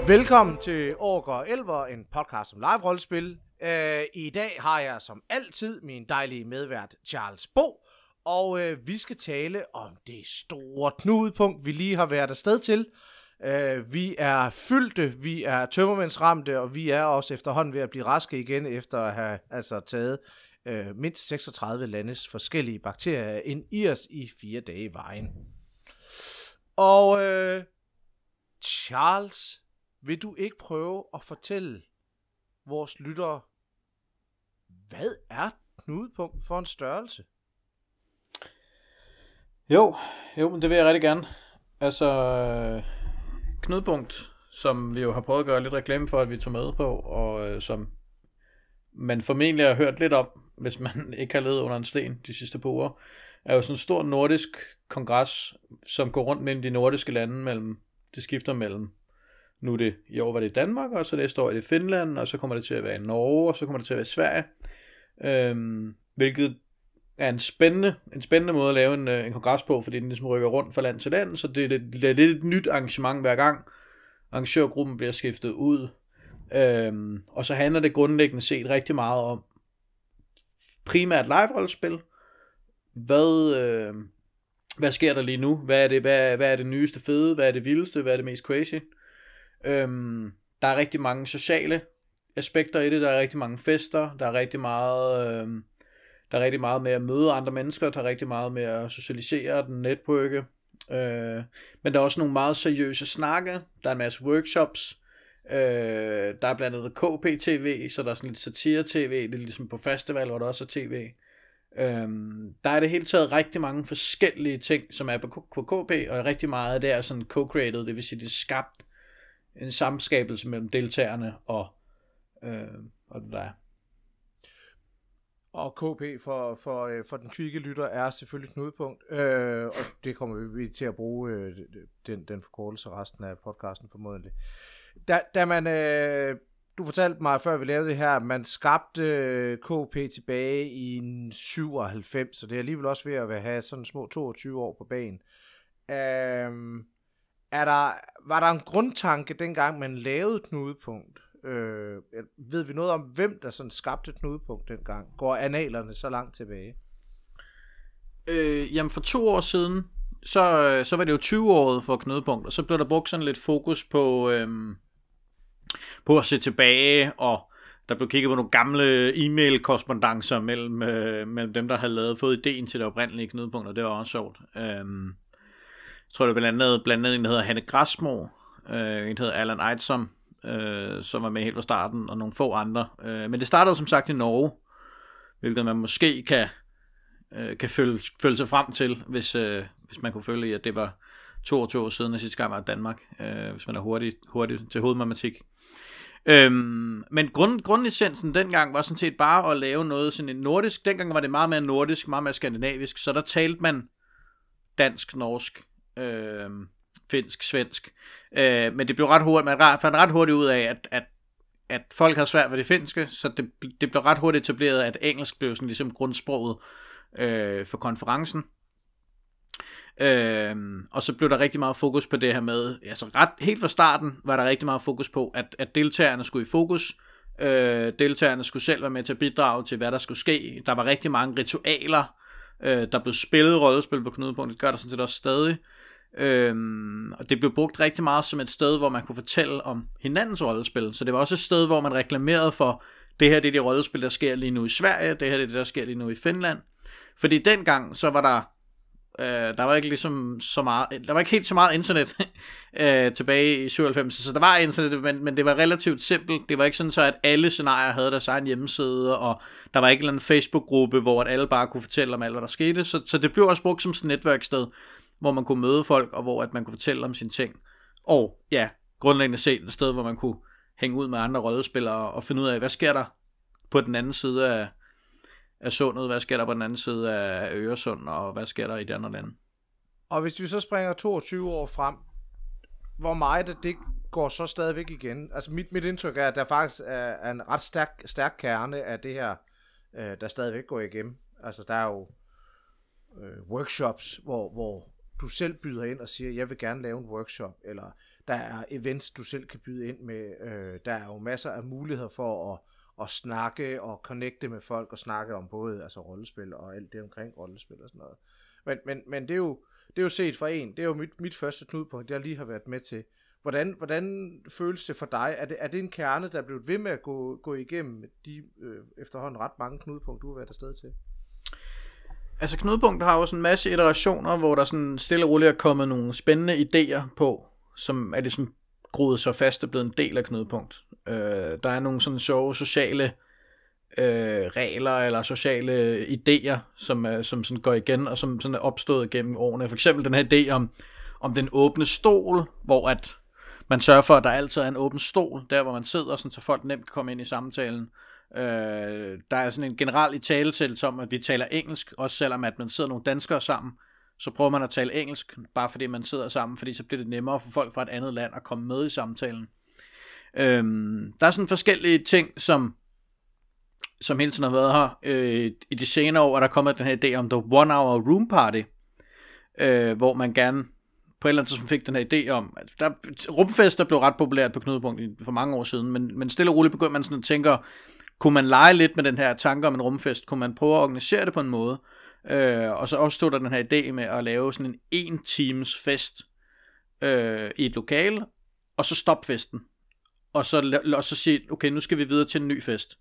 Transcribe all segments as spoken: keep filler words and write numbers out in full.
Velkommen til Orker og Elver, en podcast om live-rollespil. Uh, I dag har jeg som altid min dejlige medvært Charles Bo, og uh, vi skal tale om det store knudepunkt, vi lige har været afsted til. Uh, vi er fyldte, vi er tømmermændsramte, og vi er også efterhånden ved at blive raske igen, efter at have altså, taget uh, mindst seksogtredive landes forskellige bakterier ind i os i fire dage i vejen. Og uh, Charles, vil du ikke prøve at fortælle vores lyttere, hvad er knudepunkt for en størrelse? Jo, jo, men det vil jeg rigtig gerne. Altså, knudepunkt, som vi jo har prøvet at gøre lidt reklame for, at vi tog med på, og øh, som man formentlig har hørt lidt om, hvis man ikke har levet under en sten de sidste par uger, er jo sådan en stor nordisk kongres, som går rundt mellem de nordiske lande, mellem, det skifter mellem, nu er det, i år var det i Danmark, og så næste år er det i Finland, og så kommer det til at være i Norge, og så kommer det til at være i Sverige, øhm, hvilket er en spændende, en spændende måde at lave en, en kongres på, fordi den ligesom rykker rundt fra land til land, så det, det, det er lidt et nyt arrangement hver gang. Arrangørgruppen bliver skiftet ud, øhm, og så handler det grundlæggende set rigtig meget om primært live-rollespil. Hvad, øh, hvad sker der lige nu? Hvad er det, hvad, hvad er det nyeste fede? Hvad er det vildeste? Hvad er det mest crazy? Øhm, der er rigtig mange sociale aspekter i det. Der er rigtig mange fester. Der er rigtig meget, øh, der er rigtig meget med at møde andre mennesker. Der er rigtig meget med at socialisere, den networke. Øh, men der er også nogle meget seriøse snakke. Der er en masse workshops. Øh, der er blandt andet K P T V, så der er sådan lidt satire-tv. Det er ligesom på festival, hvor der også er tv. Øhm, der er det hele taget rigtig mange forskellige ting, som er på K P, og rigtig meget af det er sådan co-created, det vil sige, det er skabt en samskabelse mellem deltagerne og, øh, og det der. Og K P for, for, for den kvikke lytter er selvfølgelig knudepunkt, øh, og det kommer vi til at bruge øh, den, den forkortelse resten af podcasten formodentlig. Da, da man, øh, du fortalte mig før vi lavede det her, man skabte øh, K P tilbage i syvoghalvfems, så det er alligevel også ved at have sådan små toogtyve år på banen. Øh, er der, var der en grundtanke dengang man lavede knudepunkt? Øh, ved vi noget om, hvem der sådan skabte knudepunkt dengang? Går analerne så langt tilbage? Øh, jamen for to år siden, så, så var det jo tyve-året for knudepunkt, og så blev der brugt sådan lidt fokus på, øhm, på at se tilbage, og der blev kigget på nogle gamle e-mail-korrespondancer mellem, øh, mellem dem, der havde lavet, fået ideen til det oprindelige knudepunkt, og det var også sjovt. Øhm, jeg tror, det var blandt andet, blandt andet en, der hedder Hanne Grasmo, øh, en, der hedder Allan Eidsam, Øh, som var med helt fra starten, og nogle få andre. Øh, men det startede som sagt i Norge, hvilket man måske kan, øh, kan følge, følge sig frem til, hvis, øh, hvis man kunne følge, at det var toogtyve år siden, at sidste gang var i Danmark, øh, hvis man er hurtig, hurtig til hovedmatematik. Øh, men grund, grundessensen dengang var sådan set bare at lave noget sådan en nordisk. Dengang var det meget mere nordisk, meget mere skandinavisk, så der talte man dansk, norsk, øh, finsk, svensk. Øh, men det blev ret hurtigt, man fandt ret hurtigt ud af, at, at, at folk havde svært ved det finske, så det, det blev ret hurtigt etableret, at engelsk blev sådan ligesom grundsproget øh, for konferencen. Øh, og så blev der rigtig meget fokus på det her med, altså ret, helt fra starten var der rigtig meget fokus på, at, at deltagerne skulle i fokus. Øh, deltagerne skulle selv være med til at bidrage til, hvad der skulle ske. Der var rigtig mange ritualer, øh, der blev spillet rollespil på knudepunkt, det gør der sådan set også stadig. Øhm, og det blev brugt rigtig meget som et sted, hvor man kunne fortælle om hinandens rollespil. Så det var også et sted, hvor man reklamerede for, det her det er de rollespil, der sker lige nu i Sverige, det her det er det, der sker lige nu i Finland. Fordi dengang, så var der øh, der var ikke ligesom så meget, der var ikke helt så meget internet øh, tilbage i syvoghalvfems, så der var internet, men, men det var relativt simpelt. Det var ikke sådan så, at alle scenarier havde deres egen hjemmeside, og der var ikke en eller anden Facebook-gruppe, hvor at alle bare kunne fortælle om alt, hvad der skete. Så, så det blev også brugt som sådan et netværksted, hvor man kunne møde folk, og hvor at man kunne fortælle om sine ting. Og ja, grundlæggende set et sted, hvor man kunne hænge ud med andre rollespillere, og finde ud af, hvad sker der på den anden side af, af sundet, hvad sker der på den anden side af Øresund, og hvad sker der i de andre lande. Og hvis vi så springer toogtyve år frem, hvor meget af det går så stadigvæk igen? Altså mit, mit indtryk er, at der faktisk er en ret stærk, stærk kerne af det her, der stadigvæk går igennem. Altså der er jo øh, workshops, hvor, hvor du selv byder ind og siger, jeg vil gerne lave en workshop, eller der er events, du selv kan byde ind med. Øh, der er jo masser af muligheder for at, at snakke og connecte med folk, og snakke om både altså rollespil og alt det omkring rollespil og sådan noget. Men, men, men det, er jo, det er jo set fra en. Det er jo mit, mit første knudepunkt, jeg lige har været med til. Hvordan, hvordan føles det for dig? Er det, er det en kerne, der er blevet ved med at gå, gå igennem de øh, efterhånden ret mange knudepunkter, du har været afsted til? Altså knudepunkter har jo sådan en masse iterationer, hvor der sådan stille og roligt er kommet nogle spændende idéer på, som er ligesom groet så fast og blevet en del af knudepunkt. Øh, der er nogle sådan sjove sociale øh, regler eller sociale idéer, som, øh, som sådan går igen og som sådan er opstået gennem årene. For eksempel den her idé om, om den åbne stol, hvor at man sørger for, at der altid er en åben stol, der hvor man sidder, sådan, så folk nemt kan komme ind i samtalen. Øh, der er sådan en generel italesættelse om, at vi taler engelsk, også selvom at man sidder nogle danskere sammen, så prøver man at tale engelsk, bare fordi man sidder sammen, fordi så bliver det nemmere for folk fra et andet land at komme med i samtalen. Øh, der er sådan forskellige ting, som som hele tiden har været her. Øh, I de senere år er der kommet den her idé om the one hour room party, øh, hvor man gerne på et eller andet tidspunkt fik den her idé om, at der, rumfester blev ret populært på Knudepunkt for mange år siden, men, men stille og roligt begyndte man sådan at tænke, kunne man lege lidt med den her tanke om en rumfest, kunne man prøve at organisere det på en måde, øh, og så opstod der den her idé med at lave sådan en en times fest øh, i et lokale, og så stoppe festen, og så, og så sige, okay, nu skal vi videre til en ny fest.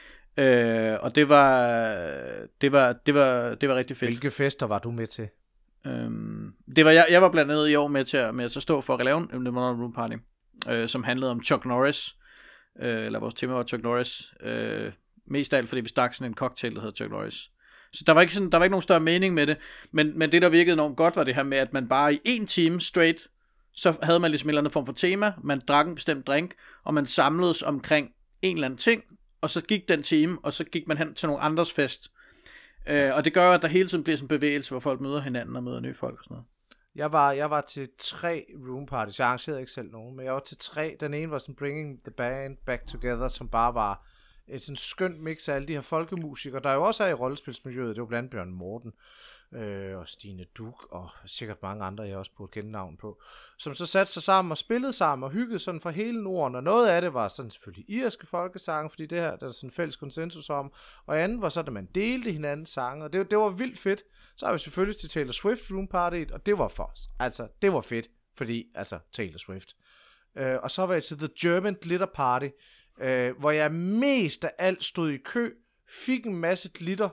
Øh, og det var, det var, det var, det var rigtig fedt. Hvilke fester var du med til? Øhm, det var jeg, jeg var blandt andet i år med til at, med at stå for at lave en One Room Party, øh, som handlede om Chuck Norris, øh, eller vores tema var Chuck Norris, øh, mest af alt fordi vi stak sådan en cocktail, der hedder Chuck Norris. Så der var ikke sådan, der var ikke nogen større mening med det, men, men det der virkede enormt godt var det her med, at man bare i en time straight, så havde man ligesom en eller anden form for tema, man drak en bestemt drink, og man samledes omkring en eller anden ting, og så gik den time, og så gik man hen til nogle andres fest. Øh, og det gør, at der hele tiden bliver sådan en bevægelse, hvor folk møder hinanden og møder nye folk og sådan noget. Jeg var, jeg var til tre room parties. Jeg arrangerede ikke selv nogen, men jeg var til tre. Den ene var sådan Bringing the Band Back Together, som bare var et sådan skønt mix af alle de her folkemusikere, der jo også er i rollespilsmiljøet. Det var blandt Bjørn Morten øh, og Stine Duk og sikkert mange andre, jeg også burde kende navn på, som så satte sig sammen og spillede sammen og hyggede sådan fra hele Norden, og noget af det var sådan selvfølgelig irske folkesange, fordi det her der er sådan en fælles konsensus om, og andet var så, at man delte hinandens sange, og det, det var vildt fedt. Så har vi selvfølgelig til Taylor Swift Room Party, og det var for os. Altså, det var fedt, fordi, altså, Taylor Swift. Øh, og så var jeg til The German Glitter Party, øh, hvor jeg mest af alt stod i kø, fik en masse glitter,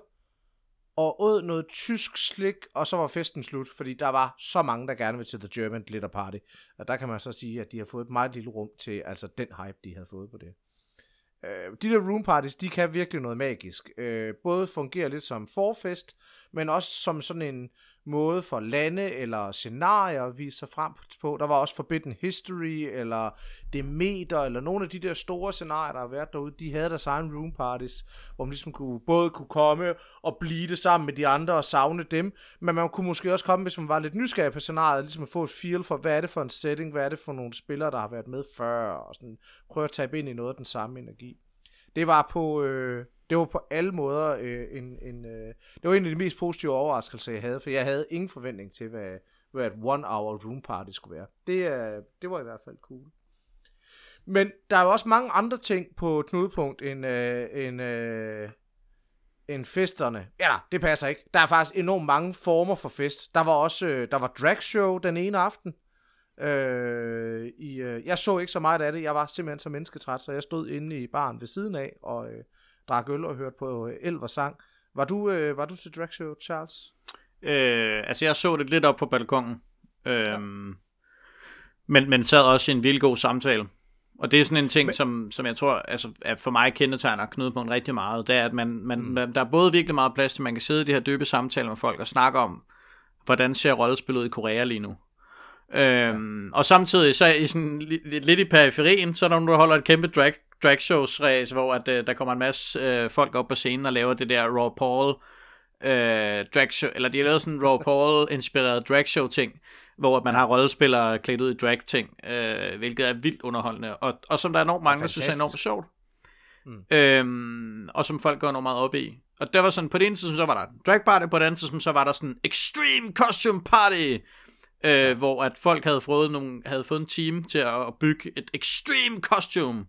og åd noget tysk slik, og så var festen slut, fordi der var så mange, der gerne ville til The German Glitter Party. Og der kan man så sige, at de har fået et meget lille rum til, altså den hype, de havde fået på det. Øh, de der room parties, de kan virkelig noget magisk. Øh, både fungerer lidt som forfest, men også som sådan en måde for lande eller scenarier at vise sig frem på. Der var også Forbidden History, eller Demeter, eller nogle af de der store scenarier, der har været derude, de havde deres egen room parties, hvor man ligesom kunne, både kunne komme og blive det sammen med de andre og savne dem, men man kunne måske også komme, hvis man var lidt nysgerrig på scenariet, ligesom at få et feel for, hvad er det for en setting, hvad er det for nogle spillere, der har været med før, og sådan prøve at tabe ind i noget af den samme energi. Det var på... Øh, Det var på alle måder øh, en, en øh, det var en af de mest positive overraskelser, jeg havde, for jeg havde ingen forventning til, hvad, hvad et one-hour room party skulle være. Det, øh, det var i hvert fald cool. Men der er jo også mange andre ting på Knudepunkt end, øh, end, øh, end festerne. Ja, det passer ikke. Der er faktisk enormt mange former for fest. Der var også øh, der var dragshow den ene aften. Øh, i, øh, jeg så ikke så meget af det. Jeg var simpelthen så mennesketræt, så jeg stod inde i baren ved siden af og øh, drak øl og hørte på øh, Elver sang. Var du, øh, var du til dragshow, Charles? Øh, altså jeg så det lidt op på balkongen. Øh, ja. men, men sad også i en vildt god samtale. Og det er sådan en ting, men... som, som jeg tror, altså, at for mig kendetegner Knudepunkt rigtig meget. Det er, at man, man, mm. man, der er både virkelig meget plads til, at man kan sidde i de her dybe samtaler med folk og snakke om, hvordan ser rollespillet i Korea lige nu. Øhm, ja. Og samtidig så i sådan, lidt, lidt i periferien, så er der nogen, der holder et kæmpe drag, drag shows race, hvor at, uh, der kommer en masse uh, folk op på scenen og laver det der Raw Paul uh, drag show, eller de har lavet sådan en Raw Paul inspireret drag show ting, hvor man har rollespillere klædt ud i drag ting, uh, hvilket er vildt underholdende, og, og som der er enormt mange, der synes er enormt sjovt, mm. øhm, og som folk går enormt meget op i. Og der var sådan, på det ene tidspunkt, så var der drag party, på det andet tidspunkt, så var der sådan extreme costume party, øh, ja. hvor at folk havde fået, nogle, havde fået en team til at bygge et extreme costume,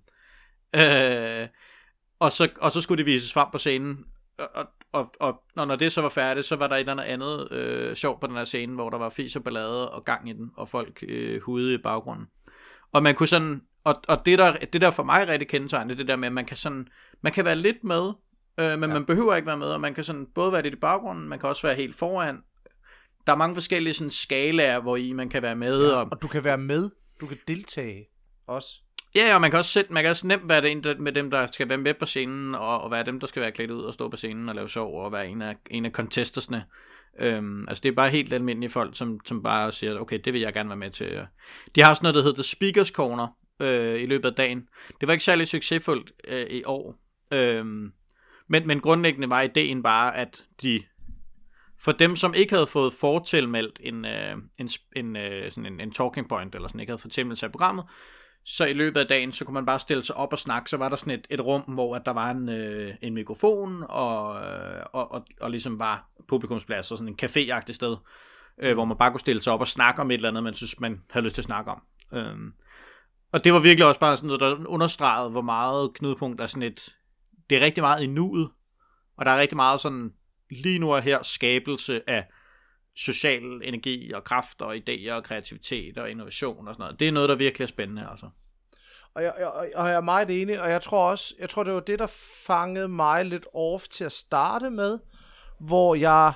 øh, og, så, og så skulle det vises frem på scenen, og, og, og, og når det så var færdigt, så var der et eller andet øh, sjovt på den her scene, hvor der var fis og ballade og gang i den, og folk øh, hudede i baggrunden. Og man kunne sådan, og, og det, der, det der for mig rigtig kendetegnet, det der med, at man kan sådan, man kan være lidt med, øh, men ja. man behøver ikke være med, og man kan sådan både være lidt i baggrunden, man kan også være helt foran. Der er mange forskellige sådan skalaer, hvor i man kan være med. Ja, og, og du kan være med, du kan deltage også. Ja, og man kan også sætte, man kan også nemt være det med dem, der skal være med på scenen, og, og være dem, der skal være klædt ud og stå på scenen og lave sjov, og være en af, en af contestersne. Øhm, altså det er bare helt almindelige folk, som, som bare siger, okay, det vil jeg gerne være med til. De har også noget, der hedder Speakers Corner øh, i løbet af dagen. Det var ikke særlig succesfuldt øh, i år. Øhm, men, men grundlæggende var ideen bare, at de, for dem, som ikke havde fået fortilmeldt en, øh, en, en, øh, sådan en, en talking point, eller sådan ikke havde fået tilmeldt sig i programmet, så i løbet af dagen, så kunne man bare stille sig op og snakke. Så var der sådan et, et rum, hvor at der var en, øh, en mikrofon, og, og, og, og ligesom var publikumsplads, og sådan en café-agtigt sted, øh, hvor man bare kunne stille sig op og snakke om et eller andet, man synes, man havde lyst til at snakke om. Øhm, og det var virkelig også bare sådan noget, der understregede, hvor meget Knudepunkt er sådan et, det er rigtig meget i nuet, og der er rigtig meget sådan, lige nu er her skabelse af social energi og kraft og idéer og kreativitet og innovation og sådan noget. Det er noget, der virkelig er spændende, altså. Og jeg, jeg, og jeg er meget enig, og jeg tror også, jeg tror det var det, der fangede mig lidt off til at starte med, hvor jeg,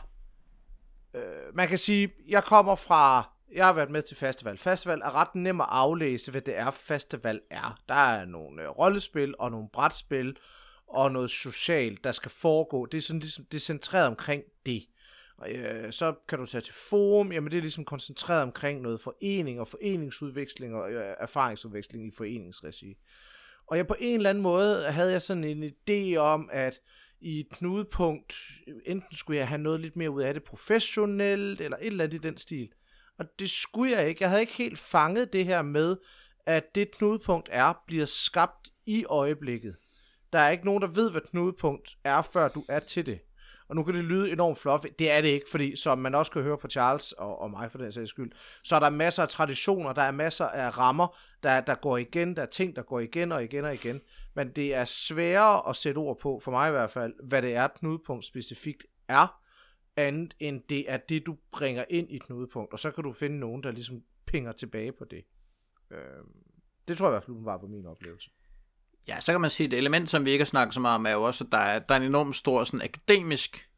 øh, man kan sige, jeg kommer fra, jeg har været med til festival. Festival er ret nem at aflæse, hvad det er, festival er. Der er nogle øh, rollespil og nogle brætspil og noget socialt, der skal foregå. Det er sådan ligesom, det er centreret omkring det. Og, øh, så kan du tage til forum, jamen det er ligesom koncentreret omkring noget forening og foreningsudveksling og øh, erfaringsudveksling i foreningsregi. Og jeg på en eller anden måde havde jeg sådan en idé om, at i et knudepunkt, enten skulle jeg have noget lidt mere ud af det professionelt, eller et eller andet i den stil. Og det skulle jeg ikke. Jeg havde ikke helt fanget det her med, at det knudepunkt er, bliver skabt i øjeblikket. Der er ikke nogen, der ved, hvad knudepunkt er, før du er til det. Og nu kan det lyde enormt fluffy. Det er det ikke, fordi som man også kan høre på Charles og, og mig for den sags skyld, så er der masser af traditioner, der er masser af rammer, der, der går igen, der er ting, der går igen og igen og igen. Men det er sværere at sætte ord på, for mig i hvert fald, hvad det er, knudepunkt specifikt er, andet end det er det, du bringer ind i knudepunkt. Og så kan du finde nogen, der ligesom pinger tilbage på det. Øh, det tror jeg i hvert fald var på min oplevelse. Ja, så kan man sige, at et element, som vi ikke har snakket så meget om, er jo også, at der er, der er en enormt stor sådan, akademisk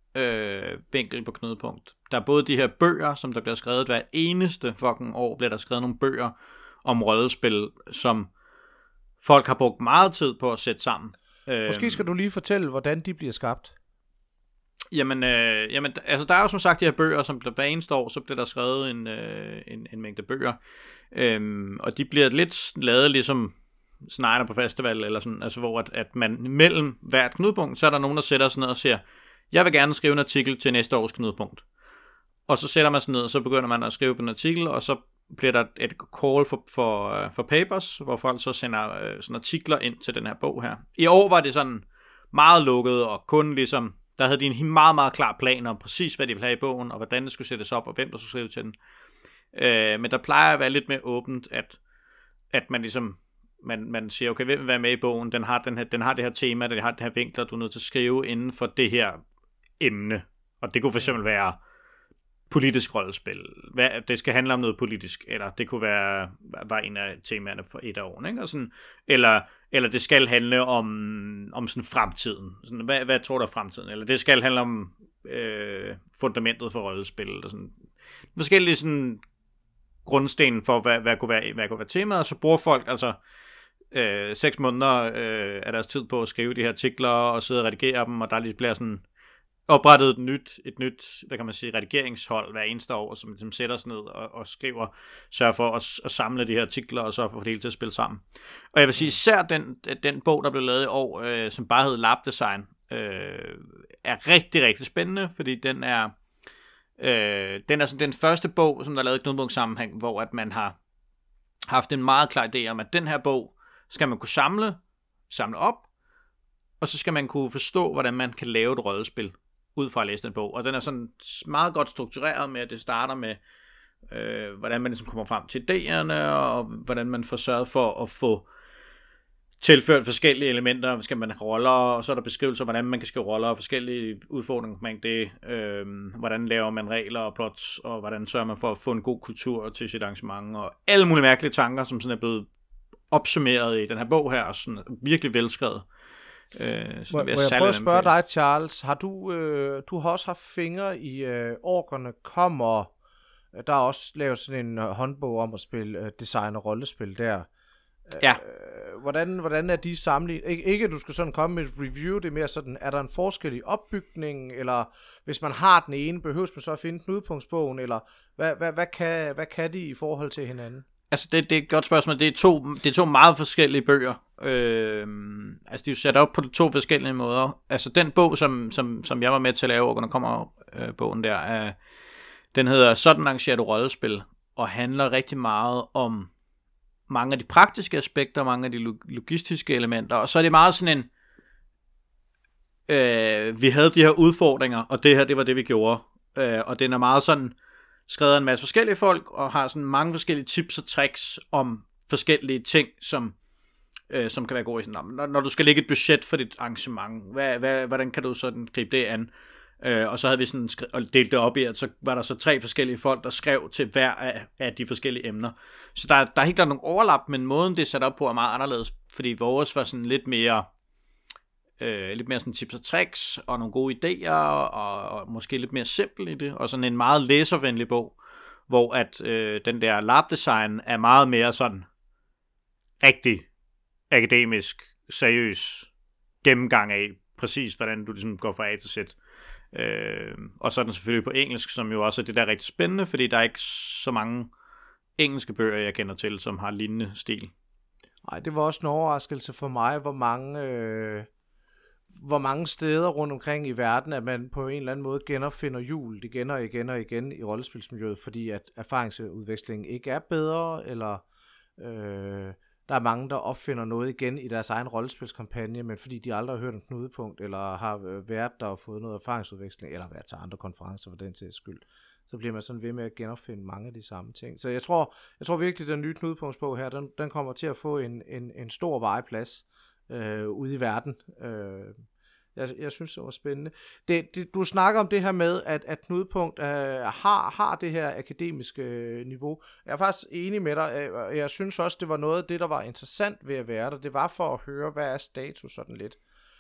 øh, vinkel på knudepunkt. Der er både de her bøger, som der bliver skrevet hver eneste fucking år, bliver der skrevet nogle bøger om rollespil, som folk har brugt meget tid på at sætte sammen. Måske skal du lige fortælle, hvordan de bliver skabt. Jamen, øh, jamen altså, der er jo som sagt de her bøger, som hver eneste år, så bliver der skrevet en, øh, en, en mængde bøger. Øhm, og de bliver lidt lavet ligesom Snyder på festival, eller sådan, altså hvor at, at man mellem hvert knudepunkt, så er der nogen, der sætter sig ned og siger, jeg vil gerne skrive en artikel til næste års knudepunkt. Og så sætter man sig ned, og så begynder man at skrive på en artikel, og så bliver der et call for, for, for papers, hvor folk så sender øh, sådan artikler ind til den her bog her. I år var det sådan meget lukket, og kun ligesom, der havde de en meget, meget klar plan om præcis, hvad de ville have i bogen, og hvordan det skulle sættes op, og hvem der skulle skrive til den. Øh, men der plejer at være lidt mere åbent, at, at man ligesom Man, man siger, okay, hvem vil være med i bogen? Den har, den her, den har det her tema, den har det her vinkler, du er nødt til at skrive inden for det her emne. Og det kunne for eksempel være politisk rollespil. Hvad, det skal handle om noget politisk, eller det kunne være var en af temaerne for et af årene, ikke? Og sådan, eller, eller det skal handle om, om sådan fremtiden. Sådan, hvad, hvad tror du er fremtiden? Eller det skal handle om øh, fundamentet for rollespil. Eller sådan. Forskellige sådan grundstenen for, hvad, hvad, kunne være, hvad kunne være temaet, og så bruger folk altså øh, seks måneder øh, af deres tid på at skrive de her artikler, og sidde og redigere dem, og der lige bliver sådan oprettet et nyt, et nyt, hvad kan man sige, redigeringshold hver eneste år, som ligesom sætter sig ned og, og skriver, sørger for at, at samle de her artikler, og så få det hele til at spille sammen. Og jeg vil sige, især den, den bog, der blev lavet i år, øh, som bare hed Lab Design, øh, er rigtig, rigtig spændende, fordi den er Øh, den er sådan den første bog, som der er lavet i Knudepunkt sammenhæng, hvor at man har haft en meget klar idé om, at den her bog skal man kunne samle, samle op, og så skal man kunne forstå, hvordan man kan lave et rollespil ud fra at læse den bog. Og den er sådan meget godt struktureret med, at det starter med, øh, hvordan man ligesom kommer frem til idéerne, og hvordan man får sørget for at få tilført forskellige elementer. Skal man have roller, og så er der beskrivelser, hvordan man kan skrive roller, og forskellige udfordringer omkring det. Øh, hvordan laver man regler og plots, og hvordan sørger man for at få en god kultur til sit arrangement, og alle mulige mærkelige tanker, som sådan er blevet opsummeret i den her bog her, og sådan virkelig velskrevet. Øh, Må jeg, jeg prøve at spørge dig, Charles, har du, øh, du har også haft fingre i øh, Orkerne kommer, der er også lavet sådan en øh, håndbog om at spille øh, design og rollespil der. Ja. Øh, hvordan, hvordan er de sammenlignet? Ik- ikke at du skal sådan komme med et review, det er mere sådan, er der en forskel i opbygningen, eller hvis man har den ene, behøves man så at finde knudepunktsbogen, eller hvad, hvad, hvad, kan, hvad kan de i forhold til hinanden? Altså, det, det er et godt spørgsmål. Det er to, det er to meget forskellige bøger. Øh, altså, de er jo sat op på to forskellige måder. Altså, den bog, som, som, som jeg var med til at lave, og når kommer øh, bogen der, er, den hedder Sådan arrangerer du rollespil, og handler rigtig meget om mange af de praktiske aspekter, mange af de logistiske elementer, og så er det meget sådan en, øh, vi havde de her udfordringer, og det her, det var det, vi gjorde. Øh, og den er meget sådan, skrevet af en masse forskellige folk, og har sådan mange forskellige tips og tricks om forskellige ting, som, øh, som kan være gode i sådan, når, når du skal lægge et budget for dit arrangement, hvad, hvad, hvordan kan du sådan gribe det an? Øh, og så havde vi sådan skri- og delt det op i, at så var der så tre forskellige folk, der skrev til hver af, af de forskellige emner. Så der, der er helt klart nogle overlap, men måden det er sat op på er meget anderledes, fordi vores var sådan lidt mere øh, lidt mere sådan tips og tricks, og nogle gode idéer, og, og måske lidt mere simpel i det, og sådan en meget læservenlig bog, hvor at øh, den der lab-design er meget mere sådan rigtig akademisk, seriøs gennemgang af præcis, hvordan du ligesom går fra A til Z. Øh, og så er den selvfølgelig på engelsk, som jo også er det der er rigtig spændende, fordi der er ikke så mange engelske bøger, jeg kender til, som har lignende stil. Nej, det var også en overraskelse for mig, hvor mange, øh, hvor mange steder rundt omkring i verden, at man på en eller anden måde genopfinder hjulet igen og igen og igen i rollespilsmiljøet, fordi at erfaringsudvekslingen ikke er bedre, eller øh, der er mange, der opfinder noget igen i deres egen rollespilskampagne, men fordi de aldrig har hørt om knudepunkt, eller har været der og fået noget erfaringsudveksling, eller været til andre konferencer for den sags skyld, så bliver man sådan ved med at genopfinde mange af de samme ting. Så jeg tror, jeg tror virkelig, at den nye knudepunktsbog her, den, den kommer til at få en, en, en stor vejeplads øh, ude i verden. Øh, jeg, jeg synes, det var spændende. Det, det, du snakker om det her med, at, at knudepunkt øh, har, har det her akademiske øh, niveau. Jeg er faktisk enig med dig, og jeg synes også, det var noget af det, der var interessant ved at være der. Det var for at høre, hvad er status sådan lidt.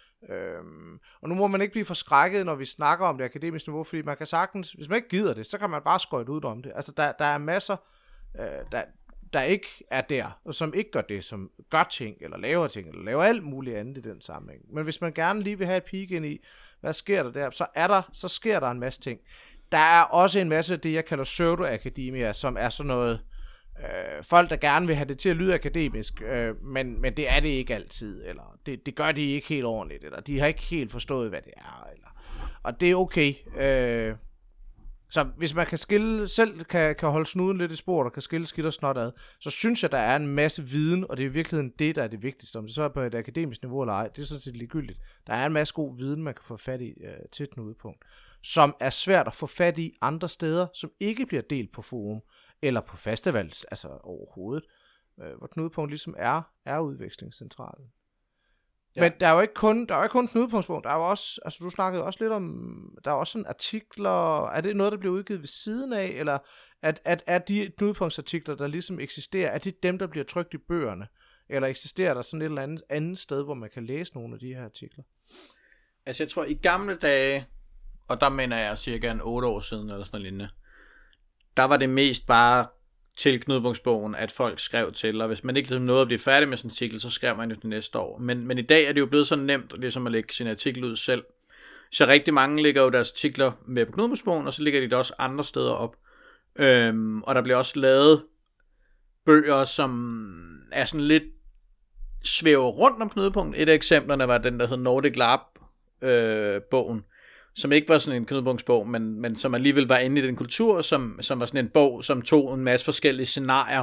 Øhm, og nu må man ikke blive forskrækket, når vi snakker om det akademiske niveau, fordi man kan sagtens, hvis man ikke gider det, så kan man bare skøjte ud om det. Altså der, der er masser øh, der, der ikke er der, og som ikke gør det, som gør ting, eller laver ting, eller laver alt muligt andet i den sammenhæng. Men hvis man gerne lige vil have et peek ind i, hvad sker der der, så er der, så sker der en masse ting. Der er også en masse af det, jeg kalder pseudo-akademia, som er sådan noget Øh, folk, der gerne vil have det til at lyde akademisk, øh, men, men det er det ikke altid, eller det, det gør de ikke helt ordentligt, eller de har ikke helt forstået, hvad det er, eller, og det er okay. Øh, så hvis man kan skille, selv kan, kan holde snuden lidt i spor, og kan skille skidt og snot ad, så synes jeg, der er en masse viden, og det er i virkeligheden det, der er det vigtigste. Om det så er på et akademisk niveau eller ej, det er sådan set ligegyldigt. Der er en masse god viden, man kan få fat i øh, til et knudepunkt, som er svært at få fat i andre steder, som ikke bliver delt på forum, eller på festivals, altså overhovedet, øh, hvor knudepunkt ligesom er, er udvekslingscentralen. Ja. Men der er jo ikke kun, der er jo ikke kun knudepunktspunkt, der er jo også, altså du snakkede også lidt om, der er også sådan artikler, er det noget, der bliver udgivet ved siden af, eller at, at, er de knudepunktsartikler, der ligesom eksisterer, er det dem, der bliver trykt i bøgerne, eller eksisterer der sådan et eller andet, andet sted, hvor man kan læse nogle af de her artikler? Altså jeg tror, i gamle dage, og der mener jeg cirka en otte år siden, eller sådan noget lignende, der var det mest bare til knudepunktsbogen, at folk skrev til, og hvis man ikke ligesom nåede at blive færdig med sådan en artikel, så skrev man jo det næste år. Men, men i dag er det jo blevet så nemt, ligesom at lægge sin artikel ud selv. Så rigtig mange lægger jo deres artikler med på knudepunktsbogen, og så ligger de det også andre steder op. Øhm, og der bliver også lavet bøger, som er sådan lidt svæver rundt om knudepunkt. Et af eksemplerne var den, der hed Nordic Lab-bogen, øh, som ikke var sådan en knudepunktsbog, men, men som alligevel var inde i den kultur, som, som var sådan en bog, som tog en masse forskellige scenarier,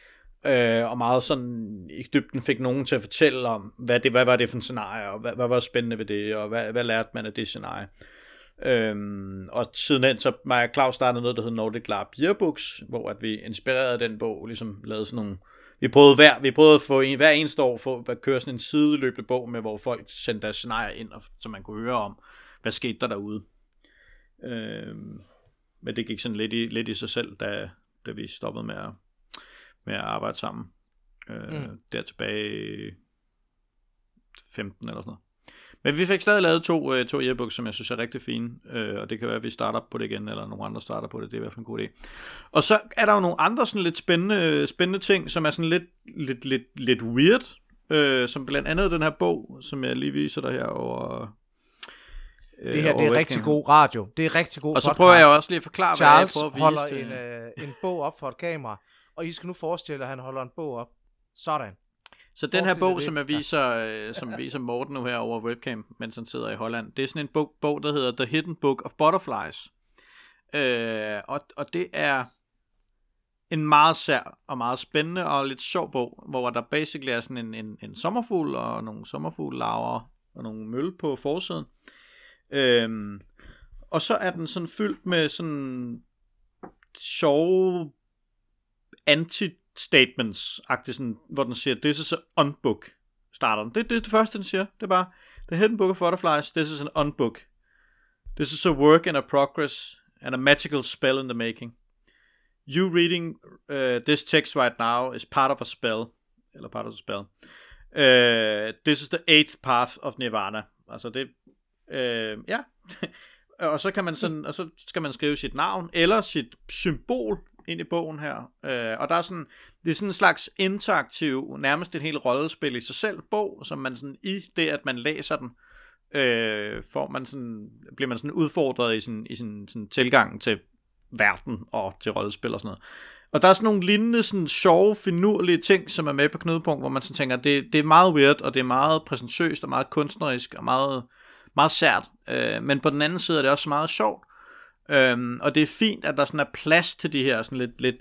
øh, og meget sådan i dybden fik nogen til at fortælle om, hvad, det, hvad var det for en scenarie, og hvad, hvad var spændende ved det, og hvad, hvad lærte man af det scenarie. Øhm, og sidenhen så mig og Claus startede noget, der hed Nordic LARP Yearbooks, hvor at vi inspirerede den bog, ligesom lavede sådan nogle, vi prøvede hver, vi prøvede at få en, hver eneste år få, at køre sådan en sideløbende bog med, hvor folk sendte deres scenarier ind, og, så man kunne høre om, hvad skete der derude. Øhm, men det gik sådan lidt i, lidt i sig selv, da, da vi stoppede med at, med at arbejde sammen. Øh, mm. Der tilbage femten eller sådan noget. Men vi fik stadig lavet to, øh, to yearbooks, som jeg synes er rigtig fine, øh, og det kan være, at vi starter på det igen, eller nogle andre starter på det, det er i hvert fald en god idé. Og så er der jo nogle andre sådan lidt spændende, spændende ting, som er sådan lidt, lidt, lidt, lidt weird, øh, som blandt andet den her bog, som jeg lige viser dig her over... Øh, det her, det er rigtig god radio, det er rigtig god podcast. Og så podcast. prøver jeg også lige at forklare, Charles hvad jeg prøver at vise. Charles holder en, øh, en bog op for et kamera, og I skal nu forestille, at han holder en bog op. Sådan. Så den her bog, som jeg viser, øh, som viser Morten nu her over webcam, mens han sidder i Holland, det er sådan en bog, bog der hedder The Hidden Book of Butterflies. Øh, og, og det er en meget sær og meget spændende og lidt sjov bog, hvor der basically er sådan en, en, en sommerfugl og nogle sommerfugllarver og nogle møl på forsiden. Øh, og så er den sådan fyldt med sådan sjove anti statements-agtigt, sådan, hvor den siger, this is an unbook, starter den. Det, det er det første, den siger. Det er bare, the hidden book of butterflies, this is an unbook. This is a work in a progress, and a magical spell in the making. You reading uh, this text right now is part of a spell, eller part of a spell. Uh, this is the eighth path of nirvana. Altså det, uh, ja. Og så kan man sådan, og så skal man skrive sit navn, eller sit symbol, ind i bogen her, øh, og der er sådan, det er sådan en slags interaktiv, nærmest et helt rollespil i sig selv bog, som man sådan i det, at man læser den, øh, får man sådan, bliver man sådan udfordret i sin, i sin sådan tilgang til verden og til rollespil og sådan noget. Og der er sådan nogle lignende, sådan sjove, finurlige ting, som er med på Knudepunkt, hvor man sådan tænker, det, det er meget weird, og det er meget præsentøst, og meget kunstnerisk, og meget, meget sært, øh, men på den anden side er det også meget sjovt. Øhm, og det er fint, at der sådan er plads til de her sådan lidt, lidt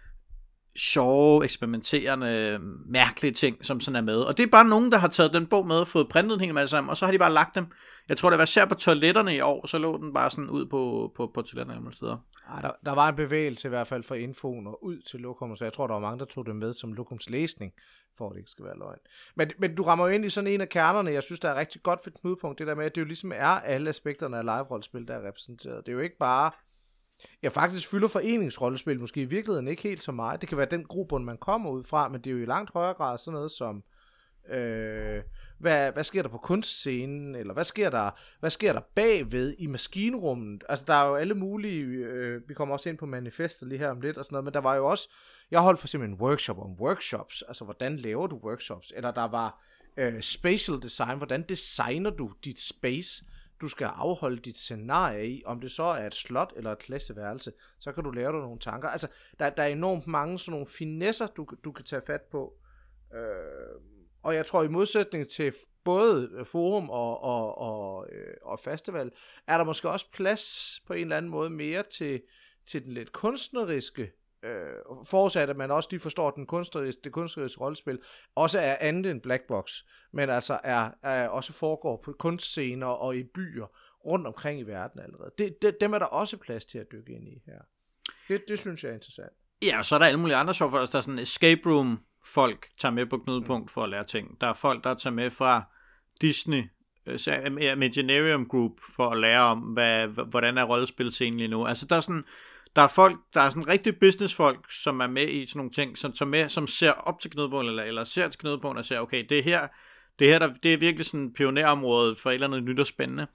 sjove, eksperimenterende, mærkelige ting, som sådan er med. Og det er bare nogen, der har taget den bog med og fået printet en hel masse sammen, og så har de bare lagt dem. Jeg tror, det var især på toiletterne i år, så lå den bare sådan ud på, på, på toiletterne alle steder. Ej, der, der var en bevægelse i hvert fald fra infoen og ud til lokum, så jeg tror, der var mange, der tog det med som lokums læsning, for at det ikke skal være løgn. Men, men du rammer jo ind i sådan en af kernerne, jeg synes, der er rigtig godt for et knudepunkt, det der med, at det jo ligesom er alle aspekterne af live-rollespil, der er repræsenteret. Det er jo ikke bare, jeg faktisk fylder foreningsrollespil måske i virkeligheden ikke helt så meget. Det kan være den grobund, man kommer ud fra, men det er jo i langt højere grad sådan noget som, øh, hvad, hvad sker der på kunstscenen, eller hvad sker der, hvad sker der bagved i maskinrummet? Altså der er jo alle mulige, øh, vi kommer også ind på manifestet lige her om lidt og sådan noget, men der var jo også, jeg holdt for eksempel en workshop om workshops, altså hvordan laver du workshops, eller der var øh, spatial design, hvordan designer du dit space, du skal afholde dit scenarie i, om det så er et slot eller et klasseværelse, så kan du lave dig nogle tanker. Altså, der, der er enormt mange sådan nogle finesser, du, du kan tage fat på. Øh, og jeg tror, i modsætning til både forum og, og, og, øh, og festival, er der måske også plads på en eller anden måde mere til, til den lidt kunstneriske, øh, forudsat at man også lige forstår den kunstneriske, det kunstneriske rollespil, også er andet end Black Box, men altså er, er også foregår på kunstscener og i byer rundt omkring i verden allerede. Det, det, dem er der også plads til at dykke ind i her. Det, det synes jeg er interessant. Ja, og så er der alle mulige andre sjove, der er sådan escape room folk tager med på Knudepunkt for at lære ting. Der er folk, der tager med fra Disney, Imaginarium Group, for at lære om, hvad, hvordan er rollespilscenen lige nu. Altså der er sådan, der er folk, der er sådan rigtig businessfolk, som er med i sådan nogle ting, som, som, med, som ser op til Knudepunkt, eller, eller ser til Knudepunkt og siger, okay, det her, det her der, det er virkelig sådan pionerområdet for et eller andet nyt og spændende.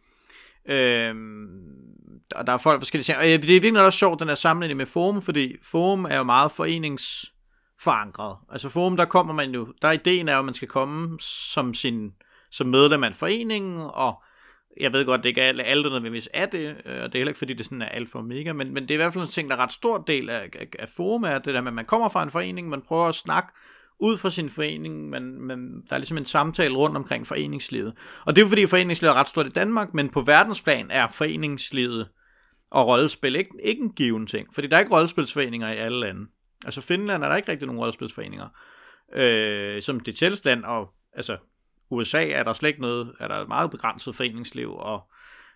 Øhm, og der er folk forskellige ting. Og det er virkelig noget, der er sjovt, den er sammenligning med Forum, fordi Forum er jo meget foreningsforankret. Altså Forum, der kommer man jo, der ideen er jo, at man skal komme som, sin, som medlem af en forening, og jeg ved godt, det ikke er alle, alle der nødvendigvis er det, og det er heller ikke fordi, det sådan er alfa og omega, men, men det er i hvert fald en ting, der er ret stor del af, af, af Forum, er det der med, at man kommer fra en forening, man prøver at snakke ud fra sin forening, men, men der er ligesom en samtale rundt omkring foreningslivet. Og det er jo fordi, foreningslivet er ret stort i Danmark, men på verdensplan er foreningslivet og rollespil ikke, ikke en given ting, fordi der er ikke rollespilsforeninger i alle lande. Altså Finland er der ikke rigtig nogen rollespilsforeninger, øh, som det tætteste land, og altså U S A er der slet ikke noget, er der et meget begrænset foreningsliv, og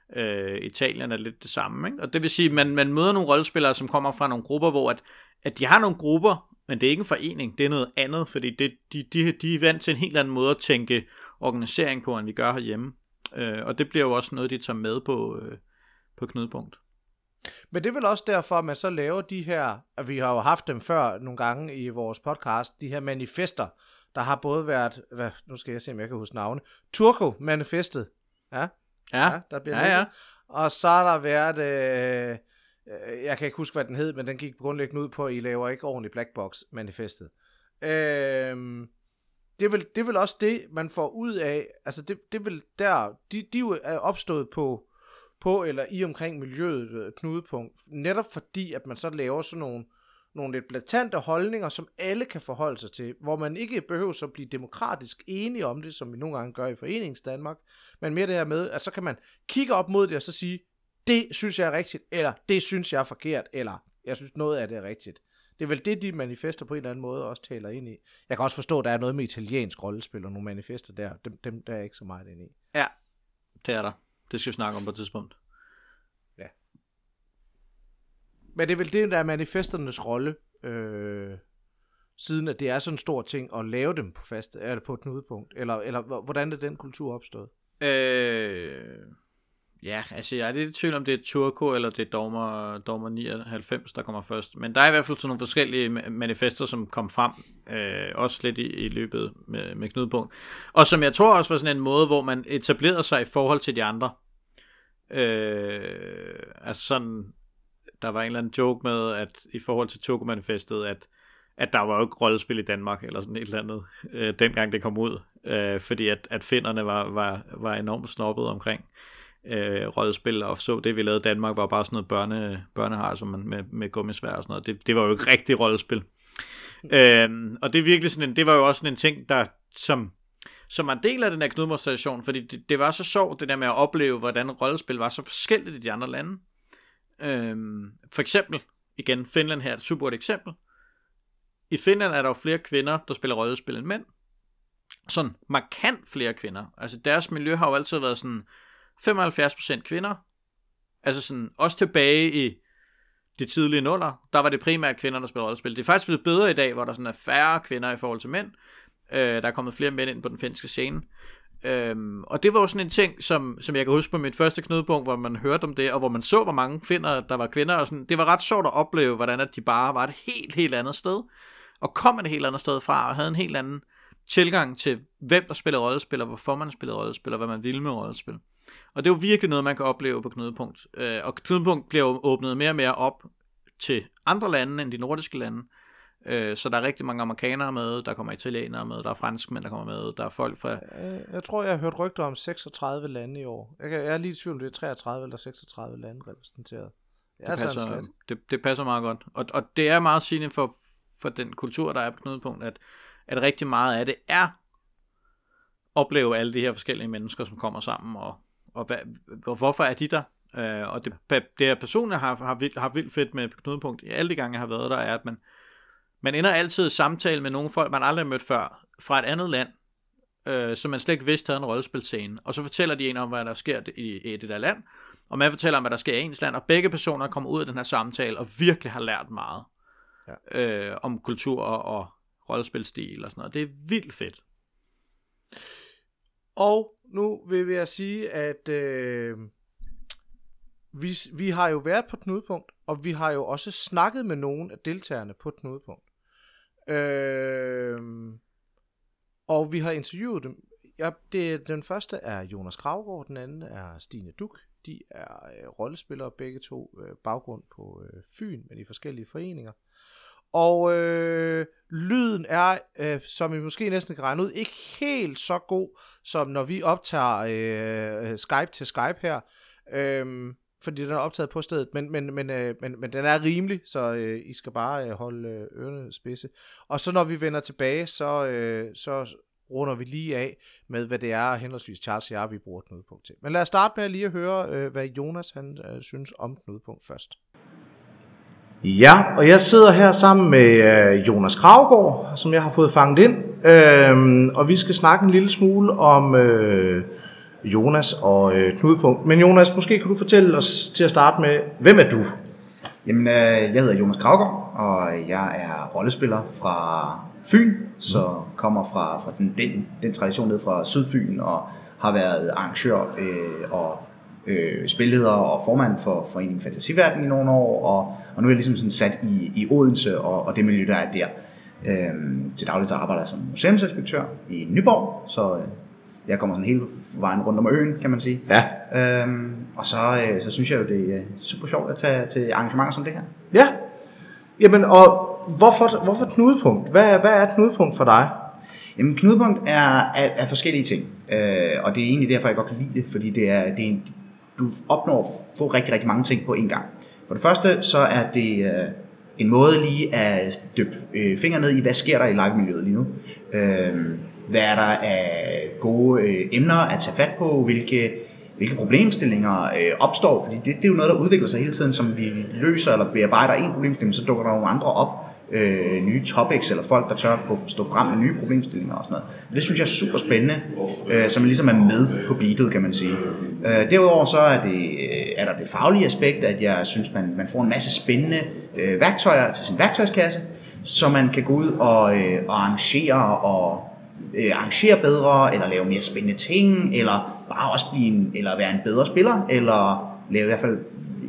Øh, Italien er lidt det samme, ikke? Og det vil sige, at man, man møder nogle rollespillere, som kommer fra nogle grupper, hvor at, at de har nogle grupper, men det er ikke en forening, det er noget andet, fordi det, de, de, de er vant til en helt anden måde at tænke organisering på, end vi gør herhjemme. Øh, og det bliver jo også noget, de tager med på, øh, på Knudepunkt. Men det er vel også derfor, at man så laver de her, at vi har jo haft dem før nogle gange i vores podcast, de her manifester, der har både været, hvad, nu skal jeg se, om jeg kan huske navne, Turco-manifestet, ja, ja, ja der bliver ja, ja. Og så har der været, øh, jeg kan ikke huske, hvad den hed, men den gik grundlæggende ud på, at I laver ikke ordentligt Blackbox-manifestet. Øh, det, er vel, det er vel også det, man får ud af, altså det, det er vel der, de, de er opstået på, på eller i omkring miljøet Knudepunkt, netop fordi, at man så laver sådan nogle, nogle lidt blatante holdninger, som alle kan forholde sig til, hvor man ikke behøver at blive demokratisk enige om det, som vi nogle gange gør i Forenings Danmark, men mere det her med, at så kan man kigge op mod det og så sige, det synes jeg er rigtigt, eller det synes jeg er forkert, eller jeg synes noget af det er rigtigt. Det er vel det, de manifester på en eller anden måde også taler ind i. Jeg kan også forstå, at der er noget med italiensk rollespil og nogle manifester der. Dem, dem der er ikke så meget ind i. Ja, det er der. Det skal vi snakke om på et tidspunkt. Ja. Men det er vel det, der er manifesternes rolle, øh, siden at det er sådan en stor ting at lave dem på fast, er det på et knudepunkt? Eller, eller hvordan er den kultur opstået? Øh... Ja, altså jeg er lidt i tvivl om det er Turco eller det er Dogmer, Dogmer nioghalvfems, der kommer først. Men der er i hvert fald sådan nogle forskellige manifester, som kom frem, øh, også lidt i, i løbet med, med Knudepunkt. Og som jeg tror også var sådan en måde, hvor man etablerede sig i forhold til de andre. Øh, altså sådan, der var en eller anden joke med, at i forhold til Turco-manifestet, at, at der var jo ikke rollespil i Danmark, eller sådan et eller andet, øh, dengang det kom ud. Øh, fordi at, at finnerne var, var, var enormt snobbet omkring Øh, rollespil, og så det vi lavede i Danmark var bare sådan noget børne, børnehar som man, med, med gummisvær og sådan noget. Det, det var jo ikke rigtig rollespil. Mm. øhm, og det er virkelig sådan en, det var jo også sådan en ting, der som, som var en del af den her Knudepunkt-tradition, fordi det, det var så sjovt, det der med at opleve, hvordan rollespil var så forskelligt i de andre lande. Øhm, for eksempel, igen, Finland her er et super godt eksempel. I Finland er der jo flere kvinder, der spiller rollespil end mænd. Sådan markant flere kvinder. Altså deres miljø har jo altid været sådan femoghalvfjerds procent kvinder. Altså sådan, også tilbage i de tidlige nuller, der var det primært kvinder, der spiller rollespil. Det er faktisk blevet bedre i dag, hvor der sådan er færre kvinder i forhold til mænd. Øh, der er kommet flere mænd ind på den finske scene. Øhm, og det var jo sådan en ting, som, som jeg kan huske på mit første knudepunkt, hvor man hørte om det, og hvor man så, hvor mange finder, der var kvinder. Og sådan. Det var ret sjovt at opleve, hvordan at de bare var et helt, helt andet sted. Og kom et helt andet sted fra, og havde en helt anden tilgang til, hvem der spiller rollespil, og hvorfor man spiller rollespil, og hvad man vil med rollespil. Og det er jo virkelig noget, man kan opleve på Knudepunkt. Øh, og Knudepunkt bliver jo åbnet mere og mere op til andre lande end de nordiske lande. Øh, så der er rigtig mange amerikanere med, der kommer italienere med, der er franskmænd, der kommer med, der er folk fra... Jeg tror, jeg har hørt rygter om seksogtredive lande i år. Jeg, kan, jeg er lige i tvivl om det er treogtredive eller seksogtredive lande repræsenteret. Det, det, passer, det, det passer meget godt. Og, og det er meget sigende for, for den kultur, der er på Knudepunkt, at, at rigtig meget af det er opleve alle de her forskellige mennesker, som kommer sammen, og, og hvad, hvorfor er de der? Øh, og det, det jeg personligt har, har, vildt, har vildt fedt med Knudepunkt, i alle de gange, jeg har været der, er, at man, man ender altid i samtale med nogle folk, man aldrig har mødt før, fra et andet land, øh, som man slet ikke vidste havde en rollespilscene, og så fortæller de en om, hvad der sker i, i det der land, og man fortæller om, hvad der sker i ens land, og begge personer kommer ud af den her samtale, og virkelig har lært meget ja. øh, om kultur og, og rollespilstil og sådan noget. Det er vildt fedt. Og nu vil jeg sige, at øh, vi, vi har jo været på Knudepunkt, og vi har jo også snakket med nogle af deltagerne på Knudepunkt. Øh, og vi har interviewet dem. Ja, det, den første er Jonas Gravgaard, den anden er Stine Duk. De er øh, rollespillere, begge to øh, baggrund på øh, Fyn, men i forskellige foreninger. Og øh, lyden er, øh, som I måske næsten kan regne ud, ikke helt så god, som når vi optager øh, Skype til Skype her. Øh, fordi den er optaget på stedet, men, men, men, øh, men, men den er rimelig, så øh, I skal bare øh, holde øh, ørerne spidse. Og så når vi vender tilbage, så, øh, så runder vi lige af med, hvad det er, henholdsvis Charles og jeg, vi bruger Knudepunkt til. Men lad os starte med lige at høre, øh, hvad Jonas han øh, synes om Knudepunkt først. Ja, og jeg sidder her sammen med øh, Jonas Gravgaard, som jeg har fået fanget ind, øh, og vi skal snakke en lille smule om øh, Jonas og øh, Knudepunkt. Men Jonas, måske kan du fortælle os til at starte med, hvem er du? Jamen, øh, jeg hedder Jonas Kravgaard, og jeg er rollespiller fra Fyn, så kommer fra, fra den, den, den tradition ned fra Sydfyn, og har været arrangør øh, og øh, spilleder og formand for Foreningen Fantasiverden i nogle år, og, og nu er jeg ligesom sådan sat i, i Odense og, og det miljø, der er der. Øh, til dagligt der arbejder jeg som museumsinspektør i Nyborg, så øh, jeg kommer sådan hele vejen rundt om øen, kan man sige. Ja. Øhm, og så, øh, så synes jeg jo, det er super sjovt at tage til arrangementer som det her. Ja. Jamen, og hvorfor, hvorfor Knudepunkt? Hvad, hvad er Knudepunkt for dig? Jamen, Knudepunkt er, er, er forskellige ting. Øh, og det er egentlig derfor, jeg godt kan lide det, fordi det er, det er en, du opnår at få rigtig, rigtig mange ting på en gang. For det første, så er det øh, en måde lige at dyppe øh, fingre ned i, hvad sker der i live-miljøet lige nu. Øh, Hvad er der af gode øh, emner at tage fat på, hvilke, hvilke problemstillinger øh, opstår, fordi det, det er jo noget, der udvikler sig hele tiden, som vi løser eller bearbejder en problemstilling, så dukker der nogle andre op, øh, nye topics, eller folk, der tør at stå frem med nye problemstillinger og sådan noget. Det synes jeg er super spændende, øh, som ligesom er med på beatet, kan man sige. Øh, derudover så er, det, øh, er der det faglige aspekt, at jeg synes, man, man får en masse spændende øh, værktøjer til sin værktøjskasse, så man kan gå ud og, øh, og arrangere og arrangere bedre, eller lave mere spændende ting, eller bare også blive en, eller være en bedre spiller, eller lave i hvert fald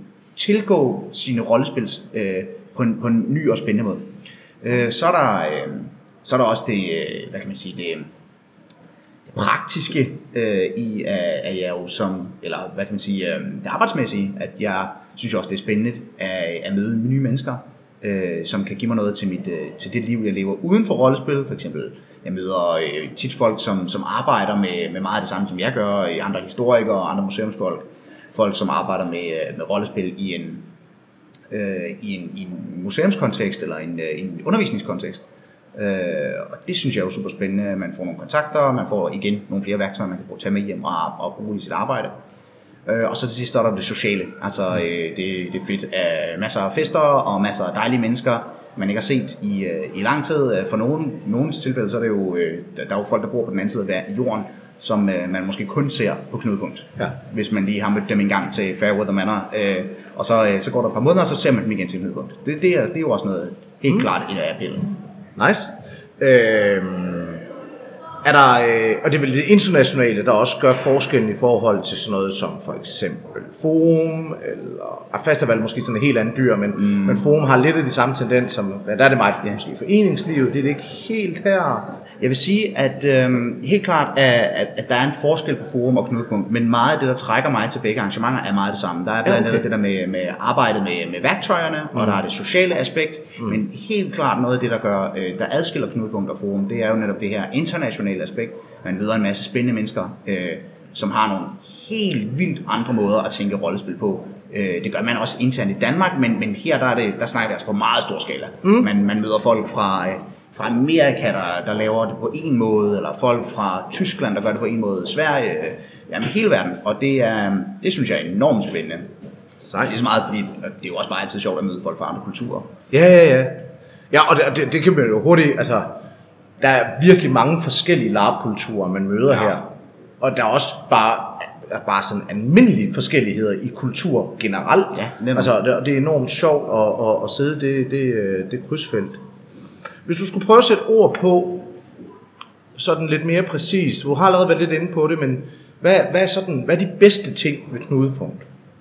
tilgå sine rollespil øh, på, en, på en ny og spændende måde. Øh, så er der øh, så er der også det, øh, hvad kan man sige, det, det praktiske øh, i at, at jeg jo som, eller hvad kan man sige, øh, det arbejdsmæssige, at jeg synes også det er spændende at, at møde nye mennesker, øh, som kan give mig noget til mit øh, til det liv jeg lever uden for rollespil, for eksempel. Jeg møder øh, tit folk, som, som arbejder med, med meget af det samme, som jeg gør, andre historikere og andre museumsfolk. Folk, som arbejder med, med rollespil i en, øh, i, en, i en museumskontekst eller en, en undervisningskontekst. Øh, og det synes jeg er jo super spændende. Man får nogle kontakter, man får igen nogle flere værktøjer, man kan bruge, tage med hjem og, og bruge i sit arbejde. Øh, og så til sidst er der det sociale. Altså øh, det, det er fedt af masser af fester og masser af dejlige mennesker, man ikke har set i, øh, i lang tid. For nogen, nogens tilfælde, så er det jo, øh, der er jo folk, der bor på den anden side af jorden, som øh, man måske kun ser på Knudepunkt. Ja. Hvis man lige har mødt dem en gang til Fairweather Manor, øh, og så, øh, så går der et par måneder, og så ser man dem igen til Knudepunkt. Det, det, er, det er jo også noget helt mm. klart et af appellet. Nice. Øhm, er der, øh, og det er vel det internationale, der også gør forskellen i forhold til sådan noget som for eksempel Forum, eller Festival måske sådan en helt anden dyr, men, mm. men Forum har lidt af de samme tendens, som, der er det meget ja. måske foreningslivet, det er det ikke helt her. Jeg vil sige, at øhm, helt klart, at, at der er en forskel på Forum og Knudepunkt, men meget af det, der trækker mig til begge arrangementer, er meget det samme. Der er blandt andet ja, okay. det der med, med arbejdet med, med værktøjerne, mm. og der er det sociale aspekt, mm. men helt klart noget af det, der, gør, øh, der adskiller Knudepunkt og Forum, det er jo netop det her internationale aspekt. Man møder en masse spændende mennesker, øh, som har nogle helt vildt andre måder at tænke rollespil på. Øh, det gør man også internt i Danmark, men, men her der, er det, der snakker vi altså på meget stor skala. Mm. Man, man møder folk fra... Øh, fra Amerika, der, der laver det på en måde, eller folk fra Tyskland, der gør det på en måde, Sverige, øh, jamen hele verden, og det, er, det synes jeg er enormt spændende. Så det er så meget, fordi det er jo også bare altid sjovt at møde folk fra andre kulturer. Ja, ja, ja. Ja, og det, det, det kan man jo hurtigt, altså, der er virkelig mange forskellige LARP-kulturer, man møder ja. her, og der er også bare, der er bare sådan almindelige forskelligheder i kultur generelt. Ja, altså, det, det er enormt sjovt at, at, at sidde det, det, det krydsfelt. Hvis du skulle prøve at sætte ord på, sådan lidt mere præcist, du har allerede været lidt inde på det, men hvad, hvad, er, sådan, hvad er de bedste ting ved Knudepunkt?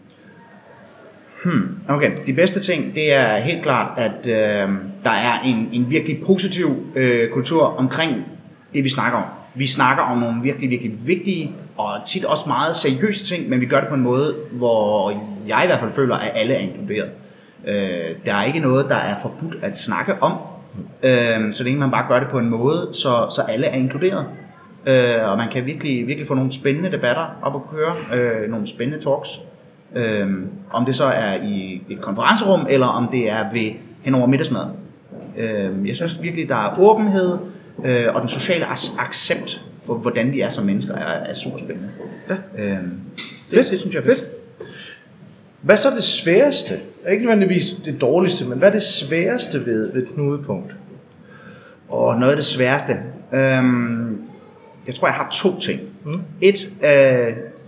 Hmm, okay, de bedste ting, det er helt klart, at øh, der er en, en virkelig positiv øh, kultur omkring det, vi snakker om. Vi snakker om nogle virkelig, virkelig vigtige og tit også meget seriøse ting, men vi gør det på en måde, hvor jeg i hvert fald føler, at alle er inkluderet. Øh, der er ikke noget, der er forbudt at snakke om, øh, så længe man bare gør det på en måde, så, så alle er inkluderet. Øh, og man kan virkelig, virkelig få nogle spændende debatter op at køre, øh, nogle spændende talks. Øh, om det så er i et konferencerum, eller om det er ved hen over middagsmad. Øh, jeg synes virkelig, der er åbenhed, øh, og den sociale accept for, hvordan vi er som mennesker, er, er super spændende. Ja. Øh, det, det, det synes jeg er fedt. Hvad så er det sværeste? Ikke nødvendigvis det dårligste, men hvad er det sværeste ved, ved Knudepunkt? Og noget af det sværeste. Øhm, jeg tror, jeg har to ting. Mm. Et, øh,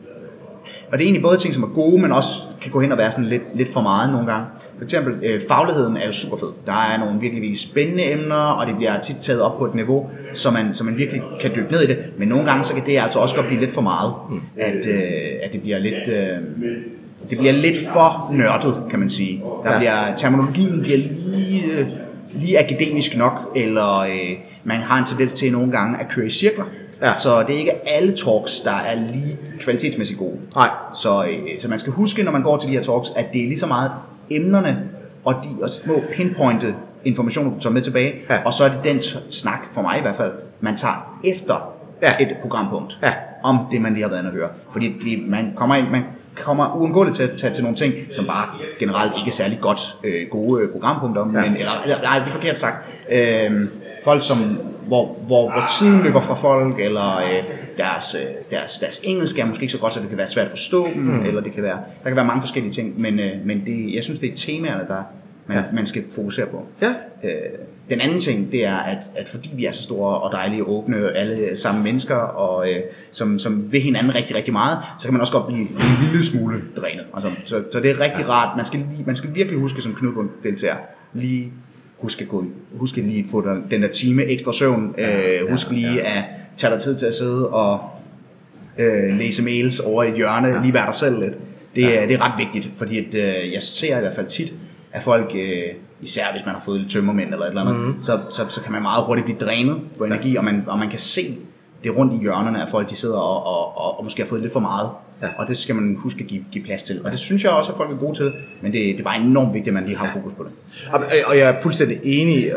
og det er egentlig både ting, som er gode, men også kan gå hen og være sådan lidt, lidt for meget nogle gange. For eksempel, øh, fagligheden er jo super fed. Der er nogle virkelig spændende emner, og det bliver tit taget op på et niveau, så man, så man virkelig kan dykke ned i det. Men nogle gange, så kan det altså også godt blive lidt for meget. Mm. At, øh, at det bliver lidt... Øh, det bliver lidt for nørdet, kan man sige. Der ja. bliver, terminologien bliver lige, øh, lige akademisk nok, eller øh, man har en tendens til nogle gange at køre i cirkler. Ja. Så det er ikke alle talks, der er lige kvalitetsmæssigt gode. Nej. Så, øh, så man skal huske, når man går til de her talks, at det er lige så meget emnerne og de og små pinpointed informationer, du tager med tilbage, ja. og så er det den snak, for mig i hvert fald, man tager efter ja. et programpunkt, ja. om det, man lige har været inde at høre. Fordi det, man kommer ind, man kommer uundgåeligt til at tage til nogle ting, som bare generelt ikke er særlig godt øh, gode øh, programpunkter, ja. men, eller, eller nej, det er forkert sagt, øh, folk som, hvor, hvor, hvor tiden løber fra folk, eller øh, deres, øh, deres, deres engelsk er måske ikke så godt, så det kan være svært at forstå dem, mm. eller det kan være, der kan være mange forskellige ting, men, øh, men det, jeg synes, det er temaerne, der man, ja. man skal fokusere på. Ja. Øh, den anden ting, det er, at, at fordi vi er så store og dejlige og åbne, alle samme mennesker, og øh, som, som vil hinanden rigtig, rigtig meget, så kan man også godt blive en lille smule drænet. Altså, så, så det er rigtig ja. rart. Man skal, lige, man skal virkelig huske som knudepunkt-deltager, lige huske at gå, huske lige at få den, den der time ekstra søvn, øh, husk lige ja. at tage dig tid til at sidde og øh, læse mails over i et hjørne, ja. lige være dig selv lidt. Det, ja. det er ret vigtigt, fordi at, øh, jeg ser i hvert fald tit, at folk, øh, især hvis man har fået lidt tømmermænd eller et eller andet, mm. så, så, så kan man meget hurtigt blive drænet på energi, og man, og man kan se det rundt i hjørnerne, at folk de sidder og, og, og, og måske har fået lidt for meget. Ja. Og det skal man huske at give, give plads til. Og det synes jeg også, at folk er gode til, men det, det er bare enormt vigtigt, at man lige har fokus på det. Og, og jeg er fuldstændig enig.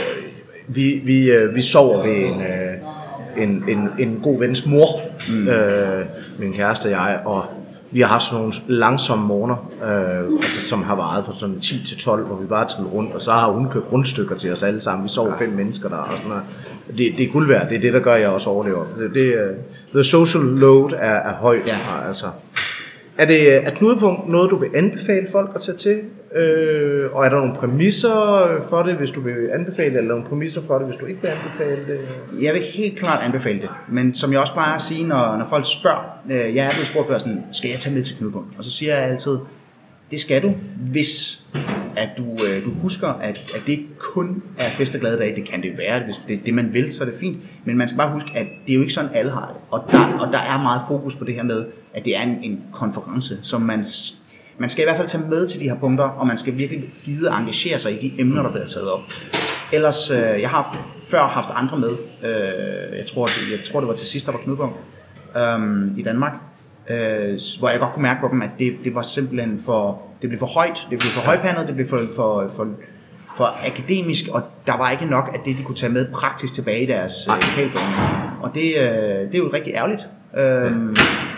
Vi, vi, vi sover ved en, en, en, en god vens mor, mm. øh, min kæreste og jeg, og vi har haft sådan nogle langsomme morgener, øh, som har varet fra sådan ti til tolv, hvor vi bare tager rundt, og så har hun købt rundstykker til os alle sammen. Vi sover fem mennesker der, og sådan noget. Det, det er guld værd. Det er det, der gør, at jeg også overlever. Det, det, the social load er, er højt. Ja. Altså. Er det er knudepunkt noget, du vil anbefale folk at tage til? Øh, og er der nogle præmisser for det, hvis du vil anbefale, eller nogle præmisser for det, hvis du ikke vil anbefale det? Jeg vil helt klart anbefale det. Men som jeg også bare har sige, når, når folk spørger, øh, jeg er blevet spurgt før sådan, skal jeg tage med til knudepunkt? Og så siger jeg altid, det skal du, hvis at du, øh, du husker, at, at det ikke kun er fest og glade dage. Det kan det være, hvis det er det, man vil, så er det fint. Men man skal bare huske, at det er jo ikke sådan, alle har det. Og der, og der er meget fokus på det her med, at det er en, en konference, som man, man skal i hvert fald tage med til de her punkter, og man skal virkelig gide at engagere sig i de emner, der bliver taget op. Ellers, øh, jeg har før haft andre med. Øh, jeg, tror, det, jeg tror, det var til sidst, der var knudepunkt øh, i Danmark. Øh, hvor jeg godt kunne mærke på dem, at det, det var simpelthen for, det blev for højt, det blev for højpandet, det blev for, for, for, for akademisk, og der var ikke nok af det, de kunne tage med praktisk tilbage i deres lokalforening. Og det, øh, det er jo rigtig ærgerligt. Øh,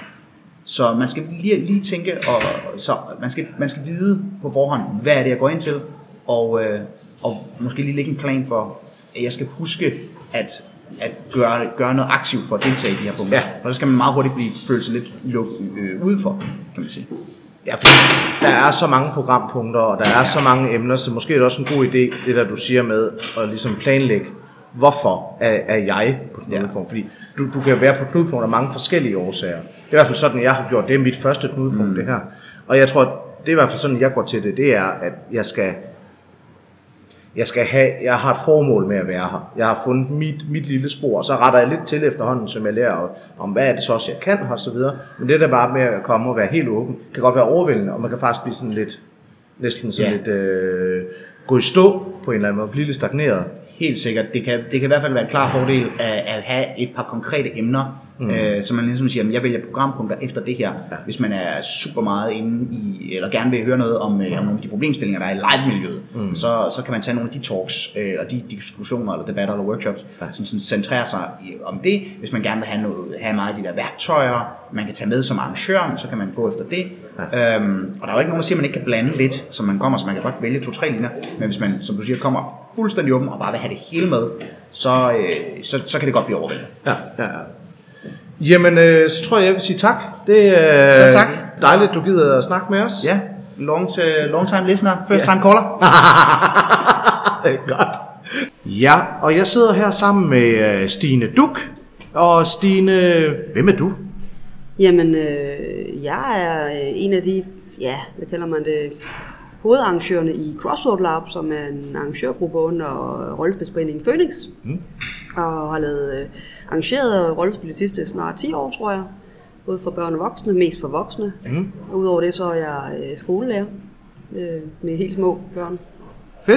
så man skal lige, lige tænke, og så man skal, man skal vide på forhånd, hvad er det, jeg går ind til, og, øh, og måske lige lægge en plan for, at jeg skal huske, at at gøre, gøre noget aktivt for at deltage i de her punkter. Ja. Og så skal man meget hurtigt blive følt sig lidt lukket øh, udenfor, kan man sige. Ja, fordi der er så mange programpunkter, og der er så mange emner, så måske er det også en god idé, det der du siger med at ligesom planlægge, hvorfor er, er jeg på knudepunkt? Ja. Fordi du, du kan være på knudepunkt af mange forskellige årsager. Det er i hvert fald sådan, jeg har gjort. Det er mit første knudepunkt, mm. det her. Og jeg tror, det er i hvert fald sådan, jeg går til det. Det er, at jeg skal Jeg skal have, jeg har et formål med at være her. Jeg har fundet mit, mit lille spor, og så retter jeg lidt til efterhånden, som jeg lærer om, hvad er det så også, jeg kan, og så videre. Men det der bare med at komme og være helt åben, kan godt være overvældende, og man kan faktisk blive sådan lidt, næsten sådan ja. lidt, øh, gå i stå på en eller anden måde, blive lidt stagneret. Helt sikkert. Det kan, det kan i hvert fald være en klar fordel at, at have et par konkrete emner, mm. øh, så man ligesom siger, at jeg vælger programpunkter efter det her. Ja. Hvis man er super meget inde i, eller gerne vil høre noget om, øh, om nogle af de problemstillinger, der er i live-miljøet, mm. så, så kan man tage nogle af de talks, øh, og de diskussioner, eller debatter, eller workshops, ja. som sådan centrerer sig om det. Hvis man gerne vil have, noget, have meget af de der værktøjer, man kan tage med som arrangør, så kan man gå efter det. Ja. Øhm, og der er jo ikke nogen, der siger, at man ikke kan blande lidt, som man kommer, så man kan godt vælge to-tre linjer. Men hvis man, som du siger, kommer fuldstændig åben og bare vil have det hele med, så, øh, så, så kan det godt blive overvældende. Ja, ja, ja. Jamen, øh, så tror jeg, jeg vil sige tak. Det er øh, ja, tak. Dejligt, du gider at snakke med os. Ja, long, to, long time listener, first ja. time caller. Det er godt. Ja, og jeg sidder her sammen med øh, Stine Duk, Og Stine, hvem er du? Jamen, øh, jeg er en af de, ja, hvad kalder man det, hovedarrangørerne i Crossroad Lab, som er en arrangørgruppe under rollespilsforeningen Phoenix. Mm. Og har lavet øh, arrangeret rollespil de sidste snart ti år, tror jeg. Både for børn og voksne, mest for voksne. Mm. Og udover det, så er jeg øh, skolelærer øh, med helt små børn. Fedt.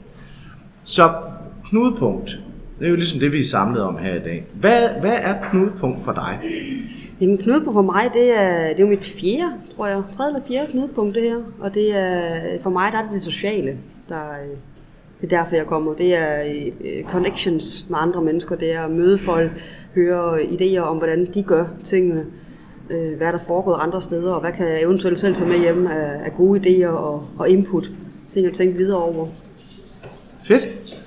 Så knudepunkt, det er jo ligesom det, vi er samlet om her i dag. Hvad, hvad er knudepunkt for dig? Jamen knudepunkt for mig, det er, det er jo mit fjerde, tror jeg, tredje eller fjerde knudepunkt det her. Og det er, for mig der er det det sociale, der, det er derfor jeg kommer. Det er uh, connections med andre mennesker, det er at møde folk, høre idéer om hvordan de gør tingene, uh, hvad der foregår andre steder, og hvad kan jeg eventuelt selv få med hjem af, af gode idéer og, og input, ting at tænke videre over. Fedt.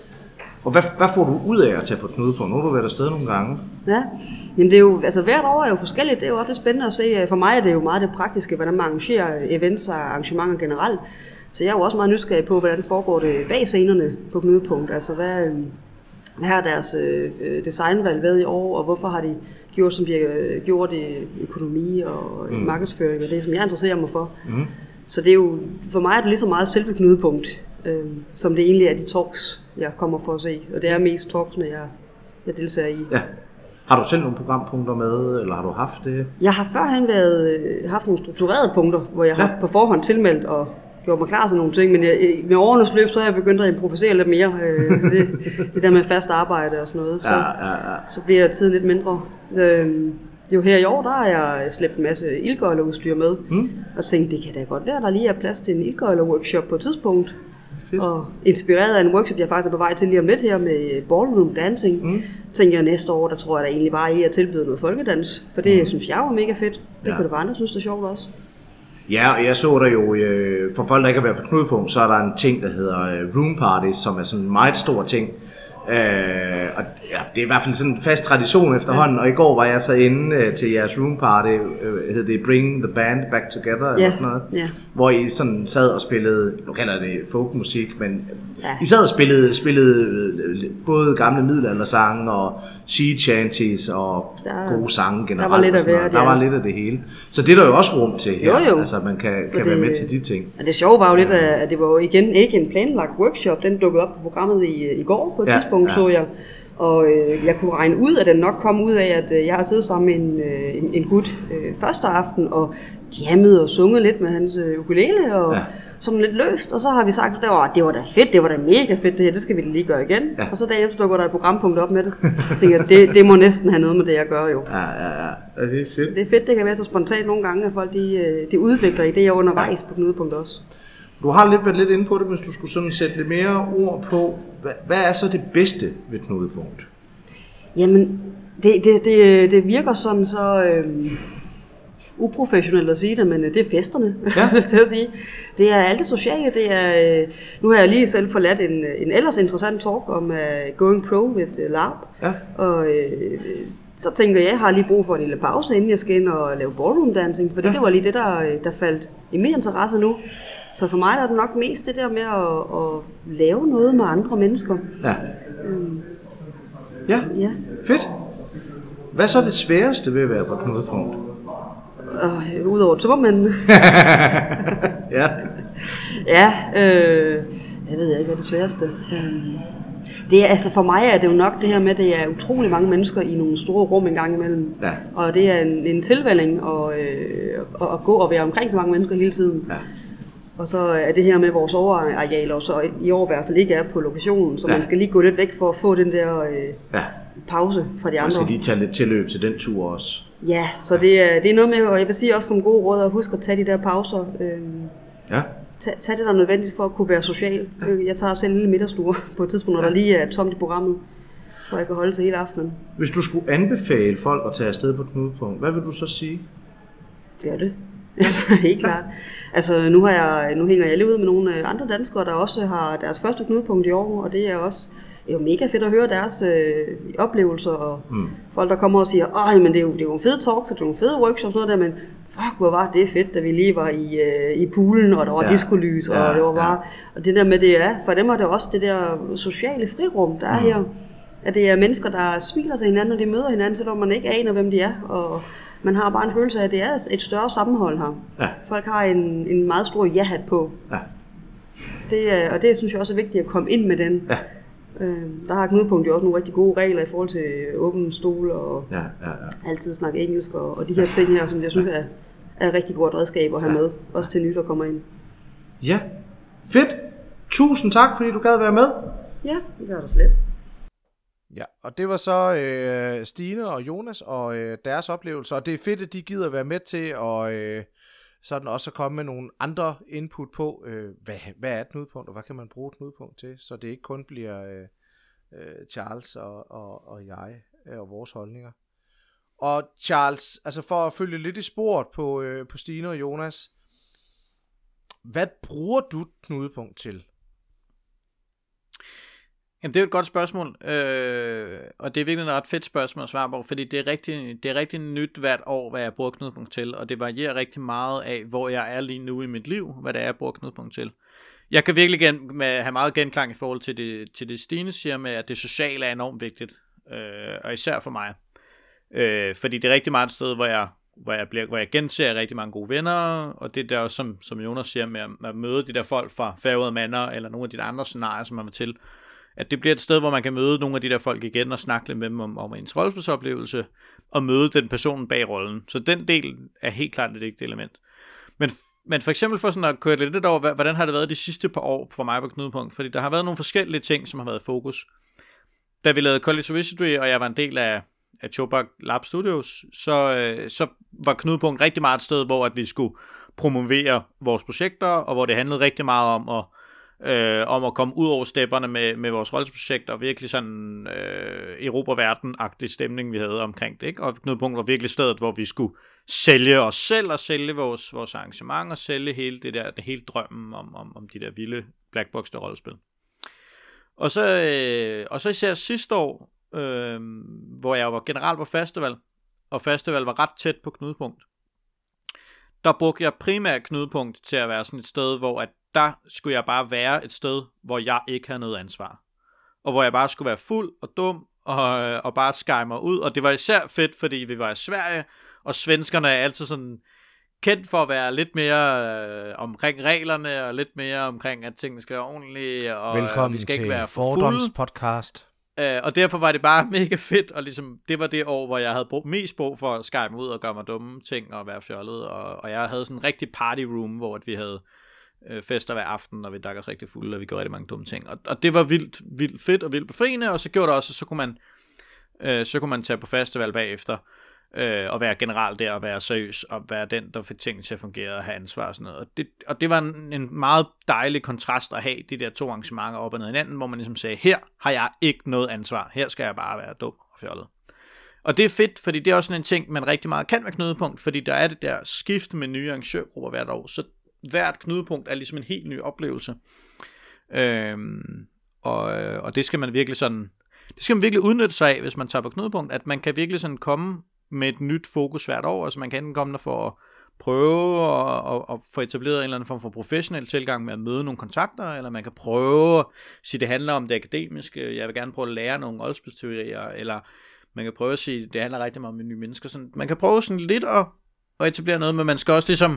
Og hvad, hvad får du ud af at tage på knudepunkt? Nu har du været afsted nogle gange. Ja, jamen det er jo, altså hvert år er jo forskelligt, det er jo også lidt spændende at se. For mig er det jo meget det praktiske, hvordan man arrangerer events og arrangementer generelt. Så jeg er jo også meget nysgerrig på, hvordan foregår det bag scenerne på knudepunkt. Altså hvad, hvad har deres øh, designvalg været i år, og hvorfor har de gjort, som de har gjort i økonomi og mm. markedsføring, og det som jeg interesserer mig for. Mm. Så det er jo, for mig er det lige så meget selve knudepunkt, øh, som det egentlig er de talks, jeg kommer for at se. Og det er mest talksene, jeg, jeg deltager i. Ja. Har du selv nogle programpunkter med, eller har du haft det? Jeg har førhen været, haft nogle strukturerede punkter, hvor jeg ja. har på forhånd tilmeldt og gjort mig klar til nogle ting, men jeg, med årenes løb, så er jeg begyndt at improvisere lidt mere. Øh, det, det der med fast arbejde og sådan noget, så, ja, ja, ja. så bliver tiden lidt mindre. Øh, jo her i år, der har jeg slæbt en masse ildgøjlerudstyr med, mm. og tænkte, det kan da godt være, der lige er plads til en ildgøjler-workshop på et tidspunkt. Fedt. Og inspireret af en workshop, jeg faktisk er på vej til lige om lidt her med ballroom dancing, mm. tænker jeg næste år, der tror jeg da egentlig bare i at tilbyde noget folkedans, for det mm. synes jeg var mega fedt. Det ja. kunne det være andre synes, det er sjovt også. Ja, og jeg så der jo, øh, for folk der ikke har været på knudepunkt, så er der en ting, der hedder øh, room party, som er sådan en meget stor ting. Øh, og ja, det er i hvert fald sådan en fast tradition efterhånden, ja. Og i går var jeg så inde øh, til jeres room party, øh, hed det Bring the Band Back Together, ja. Eller sådan noget, ja. Hvor I sådan sad og spillede, nu kalder det folkmusik, men ja. I sad og spillede, spillede både gamle middelaldersange og sea chanties og der, gode sange generelt. Der var lidt af hvert, der ja. var lidt af det hele. Så det er der jo også rum til her, jo, jo. altså man kan, kan det, være med til de ting. Ja, det sjove var jo lidt, at det var jo igen ikke en planlagt workshop, den dukkede op på programmet i, i går på et ja, tidspunkt, ja. Så jeg. Og øh, jeg kunne regne ud, at den nok kom ud af, at øh, jeg har siddet sammen med en, øh, en, en gut øh, første aften og jammet og sunget lidt med hans øh, ukulele og ja. Sådan lidt løst, og så har vi sagt, at det var, det var da fedt, det var da mega fedt det her, det skal vi lige gøre igen. Ja. Og så dagen efter går der et programpunkt op med det. Jeg tænker, det, det må næsten have noget med det, jeg gør jo. Ja, ja, ja. Det er fedt. Det er fedt, det kan være så spontant nogle gange, at folk de, de udvikler idéer undervejs på knudepunkt også. Du har lidt været lidt inde på det, hvis du skulle sådan sætte lidt mere ord på, hvad, hvad er så det bedste ved knudepunkt? Jamen, det, det, det, det virker sådan så øh, uprofessionelt at sige det, men det er festerne, ja. Det, sige. Det er alt det sociale, det er, nu har jeg lige selv forladt en, en ellers interessant talk om uh, going pro with uh, LARP, ja. Og øh, så tænker jeg, jeg har lige brug for en lille pause, inden jeg skal ind og lave ballroom dancing, for ja. Det var lige det, der, der faldt i min interesse nu. Så for mig er det nok mest det der med at, at lave noget med andre mennesker. Ja. Mm. Ja, ja, fedt. Hvad så er det sværeste ved at være på knudepunkt? Uh, Udover tømmermændene. Ja. Ja, øh, jeg ved ikke, hvad det sværeste. Det er, altså for mig er det jo nok det her med, at det er utrolig mange mennesker i nogle store rum en gang imellem. Ja. Og det er en, en tilvælling at, øh, at gå og være omkring så mange mennesker hele tiden. Ja. Og så er det her med vores overarealer, så i år i hvert fald ikke er på lokationen, så ja. Man skal lige gå lidt væk for at få den der øh, ja. Pause fra de andre. Man skal lige tage lidt tilløb til den tur også. Ja, så det er, det er noget med, og jeg vil sige også som gode råd, at huske at tage de der pauser. Øh, ja. Tag, tag det, der er nødvendigt for at kunne være social. Ja. Jeg tager selv en lille middagslur på et tidspunkt, når ja. Der lige er tomt i programmet, så jeg kan holde til hele aftenen. Hvis du skulle anbefale folk at tage afsted på knudepunkt, hvad vil du så sige? Gør det. Helt klart. Altså nu, har jeg, nu hænger jeg lige ud med nogle andre danskere, der også har deres første knudepunkt i år, og det er også det er jo mega fedt at høre deres øh, oplevelser, og mm. folk der kommer og siger, åh, men det er jo, det er jo en fed talk, det er jo en fed workshop, sådan der, men fuck, hvor var det fedt, da vi lige var i, øh, i poolen, og der var ja. Diskolys, og ja, det var bare, ja. Og det der med det er, for dem er det også det der sociale frirum, der er mm. her. at det er mennesker, der smiler til hinanden, når de møder hinanden, selvom man ikke aner, hvem de er. Og man har bare en følelse af, at det er et større sammenhold her. Ja. Folk har en, en meget stor ja-hat på. Ja. Det, og det synes jeg også er vigtigt at komme ind med den. Ja. Øh, der har Knudepunkt jo også nogle rigtig gode regler i forhold til åben stol og Ja, ja, ja. altid snakke engelsk og, og de her ting her, som jeg synes er, er et rigtig godt redskab at have Ja. med. Også til nyt, der kommer ind. Ja, fedt. Tusind tak, fordi du gad være med. Ja, det gør det slet. Ja, og det var så øh, Stine og Jonas og øh, deres oplevelser, og det er fedt, at de gider være med til at øh, sådan også komme med nogle andre input på, øh, hvad, hvad er et knudepunkt, og hvad kan man bruge et knudepunkt til, så det ikke kun bliver øh, øh, Charles og, og, og jeg øh, og vores holdninger. Og Charles, altså for at følge lidt i sporet på, øh, på Stine og Jonas, hvad bruger du et knudepunkt til? Jamen, det er jo et godt spørgsmål, øh, og det er virkelig et ret fedt spørgsmål at svare på, fordi det er rigtig, det er rigtig nyt hvert år, hvad jeg bruger knudepunkt til, og det varierer rigtig meget af, hvor jeg er lige nu i mit liv, hvad det er, jeg bruger knudepunkt til. Jeg kan virkelig gen, med, have meget genklang i forhold til det, til det Stine siger med, at det sociale er enormt vigtigt, øh, og især for mig. Øh, fordi det er rigtig meget et sted, hvor jeg, hvor jeg, bliver, hvor jeg genser rigtig mange gode venner, og det der også, som, som Jonas siger, med at, med at møde de der folk fra Færøerne og Mander, eller nogle af de andre scenarier, som man vil til, at det bliver et sted, hvor man kan møde nogle af de der folk igen og snakke lidt med dem om, om ens rollespilsoplevelse og møde den person bag rollen. Så den del er helt klart et vigtigt element. Men, men for eksempel for sådan at køre lidt over, hvordan har det været de sidste par år for mig på Knudepunkt? Fordi der har været nogle forskellige ting, som har været i fokus. Da vi lavede College of Wizardry, og jeg var en del af, af Chobak Lab Studios, så, øh, så var Knudepunkt rigtig meget et sted, hvor at vi skulle promovere vores projekter, og hvor det handlede rigtig meget om at Øh, om at komme ud over stepperne med, med vores rollespilsprojekt, og virkelig sådan øh, Europa-verden-agtig stemning, vi havde omkring det, ikke? Og Knudepunkt var virkelig stedet, hvor vi skulle sælge os selv, og sælge vores, vores arrangement, og sælge hele det der, det hele drømmen om, om, om de der vilde blackbox der rollespil. Og så, øh, og så især sidste år, øh, hvor jeg var general på festival, og festival var ret tæt på Knudepunkt, der brugte jeg primært Knudepunkt til at være sådan et sted, hvor at der skulle jeg bare være et sted, hvor jeg ikke havde noget ansvar. Og hvor jeg bare skulle være fuld og dum, og, og bare skære mig ud. Og det var især fedt, fordi vi var i Sverige, og svenskerne er altid sådan kendt for at være lidt mere øh, omkring reglerne, og lidt mere omkring, at tingene skal være ordentlige, og Velkommen vi skal ikke til være for fulde. Fordomspodcast. Uh, og derfor var det bare mega fedt, og ligesom, det var det år, hvor jeg havde brug, mest brug for at skære mig ud og gøre mig dumme ting og være fjollet, og, og jeg havde sådan en rigtig party room, hvor at vi havde øh, fester hver aften, og vi drak os rigtig fulde, og vi gjorde rigtig mange dumme ting, og, og det var vildt, vildt fedt og vildt befriende, og så gjorde det også, så kunne man, øh, så kunne man tage på festival bagefter, øh, og være general der, og være seriøs, og være den, der fik tingene til at fungere, og have ansvar og sådan noget, og det, og det var en, en meget dejlig kontrast at have de der to arrangementer op og ned i hinanden, hvor man ligesom sagde, her har jeg ikke noget ansvar, her skal jeg bare være dum og fjollet. Og det er fedt, fordi det er også sådan en ting, man rigtig meget kan med Knudepunkt, fordi der er det der skift med nye arrangørgrupper hvert år, så hvert Knudepunkt er ligesom en helt ny oplevelse. Øhm, og, og det skal man virkelig sådan, det skal man virkelig udnytte sig af, hvis man tager på Knudepunkt, at man kan virkelig sådan komme med et nyt fokus hvert år, altså man kan enten komme der for at prøve og, og, og få etableret en eller anden form for professionel tilgang med at møde nogle kontakter, eller man kan prøve at sige, det handler om det akademiske, jeg vil gerne prøve at lære nogle rollespilsteorier, eller man kan prøve at sige, det handler rigtig meget om nye mennesker, sådan, man kan prøve sådan lidt at, at etablere noget, men man skal også ligesom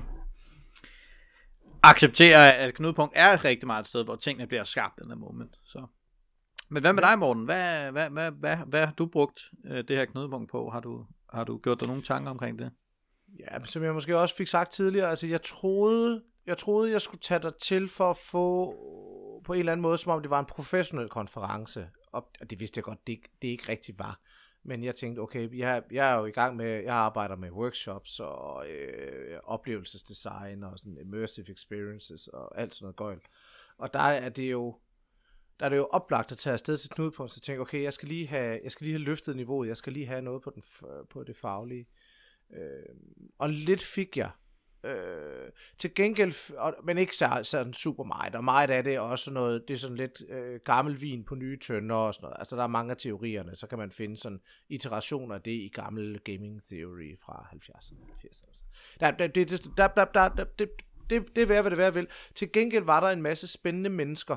acceptere, at Knudepunkt er rigtig meget et sted, hvor tingene bliver skabt i den moment. Så. Men hvad med dig, Morten? Hvad, hvad, hvad, hvad, hvad har du brugt øh, det her Knudepunkt på? Har du, har du gjort dig nogle tanker omkring det? Ja, som jeg måske også fik sagt tidligere, altså jeg troede, jeg troede, jeg skulle tage dig til for at få på en eller anden måde, som om det var en professionel konference. Og det vidste jeg godt, det, det ikke rigtigt var. Men jeg tænkte, okay, jeg, jeg er jo i gang med, jeg arbejder med workshops og øh, oplevelsesdesign og sådan immersive experiences og alt sådan noget gøjl. Og der er det jo, der er det jo oplagt at tage afsted til Knudepunkt, så tænke, okay, jeg skal lige have, jeg skal lige have løftet niveauet, jeg skal lige have noget på, den, på det faglige. Øh, og lidt fik jeg. Øh, til gengæld, og, men ikke så, sådan super meget, og meget af det er også noget, det er sådan lidt øh, gammel vin på nye tønder og sådan noget. Altså der er mange af teorierne, så kan man finde sådan iterationer af det i gammel gaming theory fra halvfjerdserne og firserne. Der, det, det, der, der, der, der, det, det, det er hvad det være vil. Til gengæld var der en masse spændende mennesker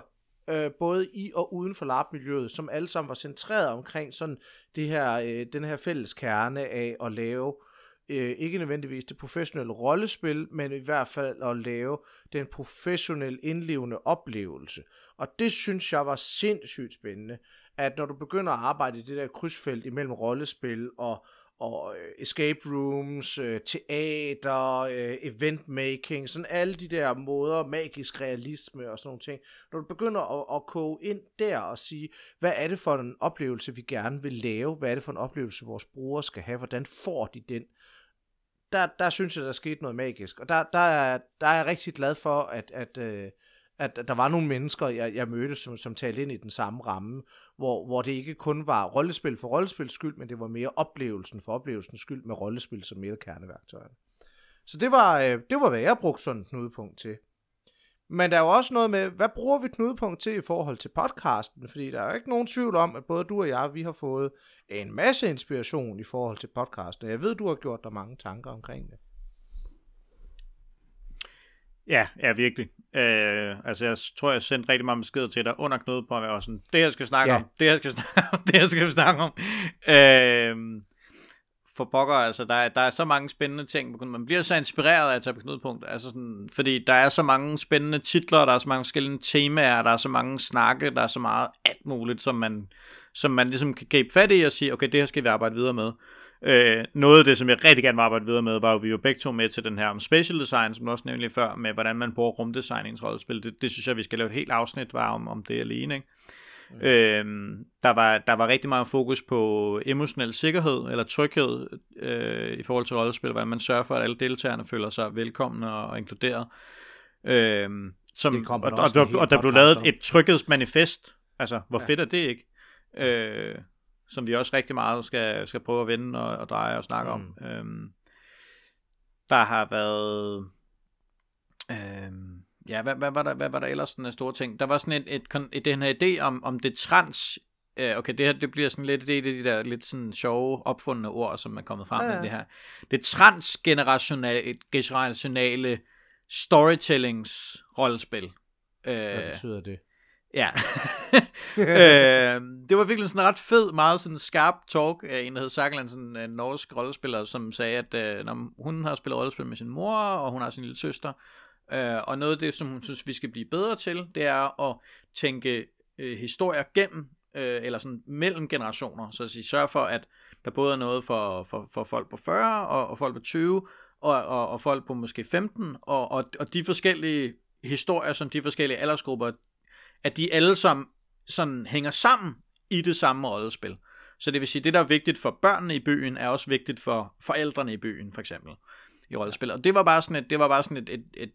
øh, både i og uden for LARP-miljøet, som alle sammen var centreret omkring sådan det her, øh, den her fælles kerne af at lave, øh, ikke nødvendigvis det professionelle rollespil, men i hvert fald at lave den professionelle indlevende oplevelse. Og det synes jeg var sindssygt spændende, at når du begynder at arbejde i det der krydsfelt imellem rollespil og og escape rooms, teater, eventmaking, sådan alle de der måder, magisk realisme og sådan nogle ting. Når du begynder at, at koge ind der og sige, hvad er det for en oplevelse, vi gerne vil lave? Hvad er det for en oplevelse, vores brugere skal have? Hvordan får de den? Der, der synes jeg, der skete noget magisk. Og der, der, er, der er jeg rigtig glad for, at, at, at, at der var nogle mennesker, jeg, jeg mødte, som, som talte ind i den samme ramme, hvor, hvor det ikke kun var rollespil for rollespils skyld, men det var mere oplevelsen for oplevelsens skyld med rollespil som mere kerneværktøjer. Så det var, det var, hvad jeg brugte sådan et knudepunkt til. Men der er jo også noget med, hvad bruger vi knudepunkt til i forhold til podcasten? Fordi der er jo ikke nogen tvivl om, at både du og jeg, vi har fået en masse inspiration i forhold til podcasten. Jeg ved, du har gjort dig mange tanker omkring det. Ja, ja, virkelig. Øh, altså, jeg tror, jeg sendte rigtig mange beskeder til dig under knudepunkt, og jeg var sådan, det her skal snakke ja. om, det her skal snakke om, det her skal vi snakke om. Øh, for pokker, altså, der er, der er så mange spændende ting, man bliver så inspireret af at tage på knudepunkt, altså sådan, fordi der er så mange spændende titler, der er så mange forskellige temaer, der er så mange snakke, der er så meget alt muligt, som man, som man ligesom kan gribe fat i og sige, okay, det her skal vi arbejde videre med. Øh, noget af det, som jeg rigtig gerne vil arbejde videre med, var jo, vi jo begge to med til den her om special design, som du også nævnte lige før, med hvordan man bruger rumdesign i ens rollespil. Det, det synes jeg, vi skal lave et helt afsnit var om, om det alene, ikke? Mm. Øh, der, var, der var rigtig meget fokus på emotionel sikkerhed, eller tryghed, øh, i forhold til rollespil, hvordan man sørger for, at alle deltagerne føler sig velkomne og, og inkluderet. Øh, som, og, og, og, og der blev lavet et tryghedsmanifest. Altså, hvor ja. fedt er det ikke? Øh, som vi også rigtig meget skal, skal prøve at vende og, og dreje og snakke mm. om. Øhm, der har været... Øhm, ja, hvad, hvad, var der, hvad var der ellers sådan en stor ting? Der var sådan et, et, et, den her idé om, om det trans... Øh, okay, det her det bliver sådan lidt det, det de der lidt sådan sjove, opfundne ord, som er kommet frem ja, ja. med det her. Det transgenerationale storytellings-rollespil. Øh, hvad betyder det? Ja, øh, det var virkelig sådan en ret fed, meget sådan skarp talk af en, der hed Sagerland, sådan en norsk rollespiller, som sagde, at øh, når hun har spillet rollespil med sin mor, og hun har sin lille søster, øh, og noget af det, som hun synes, vi skal blive bedre til, det er at tænke øh, historier gennem, øh, eller sådan mellem generationer, så at sige, sørge for, at der både er noget for, for, for folk på fyrre, og, og folk på tyve, og, og, og folk på måske femten, og, og, og de forskellige historier, som de forskellige aldersgrupper, at de alle sammen sådan hænger sammen i det samme rollespil. Så det vil sige, det der er vigtigt for børnene i byen, er også vigtigt for forældrene i byen, for eksempel, i rollespil. Og det var bare sådan et, det var bare sådan et, et, et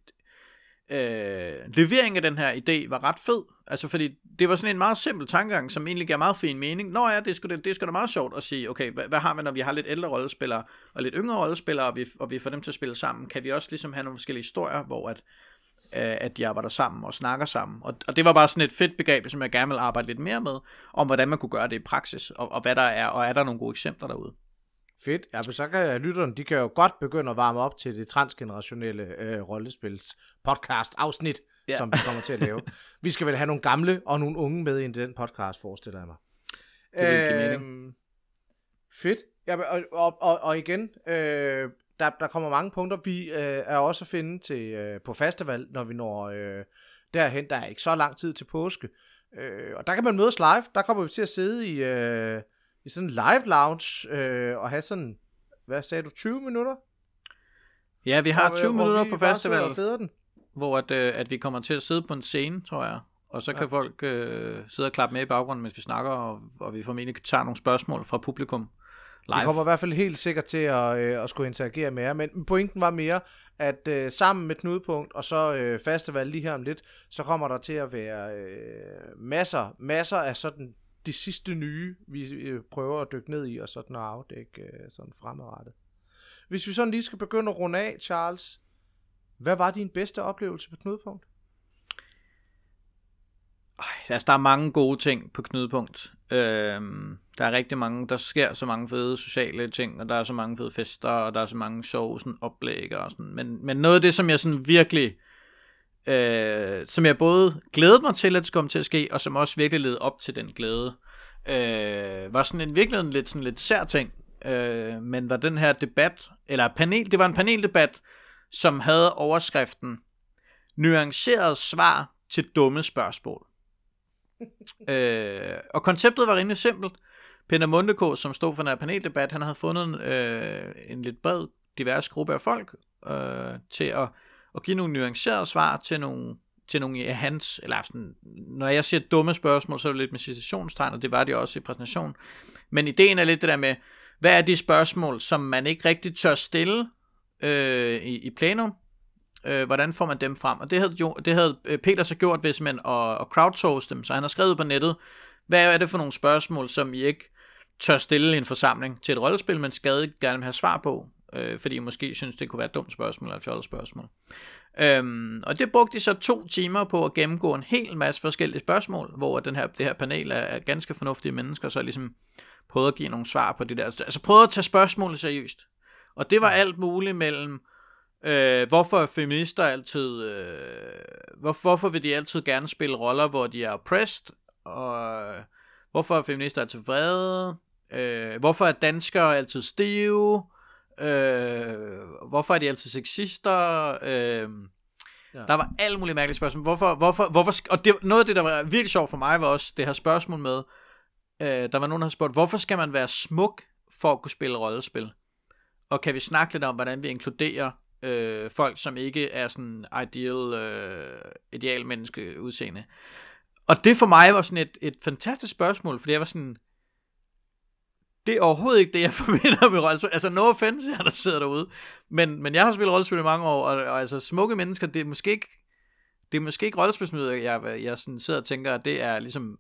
øh, levering af den her idé var ret fed. Altså fordi det var sådan en meget simpel tankegang, som egentlig gav meget fin mening. Nå ja, det skulle det, det skulle da meget sjovt at sige, okay, hvad, hvad har vi, når vi har lidt ældre rollespillere og lidt yngre rollespillere, og vi, og vi får dem til at spille sammen? Kan vi også ligesom have nogle forskellige historier, hvor at at de arbejder sammen og snakker sammen. Og, og det var bare sådan et fedt begreb, som jeg gerne vil arbejde lidt mere med, om hvordan man kunne gøre det i praksis, og, og hvad der er, og er der nogle gode eksempler derude. Fedt. Ja, men så kan lytterne, de kan jo godt begynde at varme op til det transgenerationelle øh, rollespils podcast afsnit, ja. som vi kommer til at lave. Vi skal vel have nogle gamle og nogle unge med ind i den podcast, forestiller jeg mig. Det vil give mening. Øhm, fedt. Ja, og, og, og, og igen, øh, Der, der kommer mange punkter. Vi øh, er også at finde til, øh, på festival, når vi når øh, derhen. Der er ikke så lang tid til påske. Øh, og der kan man mødes live. Der kommer vi til at sidde i, øh, i sådan en live lounge øh, og have sådan, hvad sagde du, tyve minutter? Ja, vi har hvor, tyve hvor minutter på festival, den. hvor at, øh, at vi kommer til at sidde på en scene, tror jeg. Og så kan ja. folk øh, sidde og klappe med i baggrunden, mens vi snakker, og, og vi formentlig tager nogle spørgsmål fra publikum. Live. Vi kommer i hvert fald helt sikkert til at, øh, at skulle interagere med jer, men pointen var mere, at øh, sammen med Knudepunkt og så øh, festival lige her om lidt, så kommer der til at være øh, masser, masser af sådan de sidste nye, vi øh, prøver at dykke ned i, og sådan at afdække øh, sådan fremadrettet. Hvis vi sådan lige skal begynde at runde af, Charles, hvad var din bedste oplevelse på Knudepunkt? Altså, der er mange gode ting på Knudepunkt. Øhm, der er rigtig mange, der sker så mange fede sociale ting, og der er så mange fede fester, og der er så mange sjove sådan oplæg og sådan. Men, men noget af det, som jeg sådan virkelig øh, som jeg både glædede mig til, at det kom til at ske, og som også virkelig led op til den glæde. Øh, var sådan en virkelig en lidt, sådan lidt sær ting, øh, men var den her debat, eller panel, det var en paneldebat, som havde overskriften nuanceret svar til dumme spørgsmål. øh, og konceptet var rimelig simpelt. Peter Mundeko, som stod for den her paneldebat, han havde fundet øh, en lidt bred, divers gruppe af folk øh, til at, at give nogle nuancerede svar til nogle, til nogle af hans, eller sådan, når jeg siger dumme spørgsmål, så er det lidt med citationstegn, og det var det også i præsentationen. Men ideen er lidt det der med, hvad er de spørgsmål, som man ikke rigtig tør stille øh, i, i plenum? Øh, hvordan får man dem frem? Og det havde, jo, det havde Peter så gjort, hvis man og, og crowdsource dem, så han har skrevet på nettet, hvad er det for nogle spørgsmål, som I ikke tør stille i en forsamling til et rollespil, men stadig gerne vil have svar på, øh, fordi I måske synes, det kunne være et dumt spørgsmål eller et fjollet spørgsmål. Øhm, og det brugte de så to timer på at gennemgå en hel masse forskellige spørgsmål, hvor den her, det her panel af, af ganske fornuftige mennesker så ligesom prøvede at give nogle svar på det der. Altså prøvede at tage spørgsmålet seriøst. Og det var alt muligt mellem, øh, hvorfor er feminister altid, øh, hvor, hvorfor vil de altid gerne spille roller, hvor de er oppressed, og hvorfor er feminister altid vrede, øh, hvorfor er danskere altid stive, øh, hvorfor er de altid sexister, øh, ja. Der var alle mulige mærkelige spørgsmål. Hvorfor, hvorfor, hvorfor, og det, noget af det, der var virkelig sjovt for mig, var også det her spørgsmål med, øh, der var nogen, der havde spurgt, hvorfor skal man være smuk for at kunne spille rollespil? Og kan vi snakke lidt om, hvordan vi inkluderer øh, folk, som ikke er sådan ideal, øh, ideal menneske udseende? Og det for mig var sådan et, et fantastisk spørgsmål, fordi jeg var sådan, det er overhovedet ikke det, jeg forbinder med rollespil. Altså, no offense, jeg der sidder derude. Men, men jeg har spillet rollespil i mange år, og, og altså smukke mennesker, det er måske ikke, det er måske ikke rollespilsmøder, jeg, jeg sådan sidder og tænker, at det er ligesom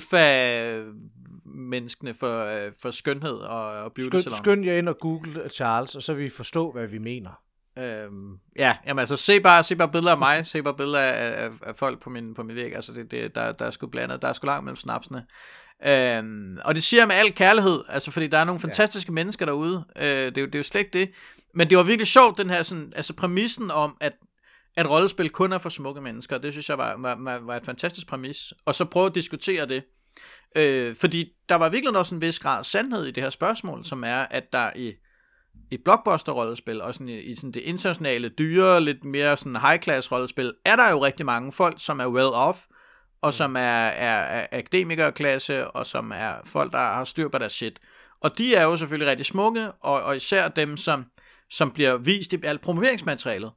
alfa-menneskene for, for skønhed og, og beauty salon. Skynd jer ind og google Charles, og så vil vi forstå, hvad vi mener. Øhm, ja, jamen altså, se bare, se bare billeder af mig, se bare billeder af, af, af folk på min, på min væg, altså det, det, der, der er sgu blandet, der er sgu langt mellem snapsene. Øhm, og det siger jeg med al kærlighed, altså fordi der er nogle fantastiske ja. mennesker derude, øh, det, er jo, det er jo slet ikke det, men det var virkelig sjovt, den her sådan, altså præmissen om, at, at rollespil kun er for smukke mennesker, det synes jeg var, var, var et fantastisk præmis, og så prøve at diskutere det, øh, fordi der var virkelig også en vis grad af sandhed i det her spørgsmål, som er, at der i i blockbuster-rollespil, og sådan i, i sådan det internationale, dyre, lidt mere sådan high-class-rollespil, er der jo rigtig mange folk, som er well-off, og som er, er, er akademikerklasse, og som er folk, der har styr på deres shit. Og de er jo selvfølgelig rigtig smukke, og, og især dem, som, som bliver vist i alt promoveringsmaterialet.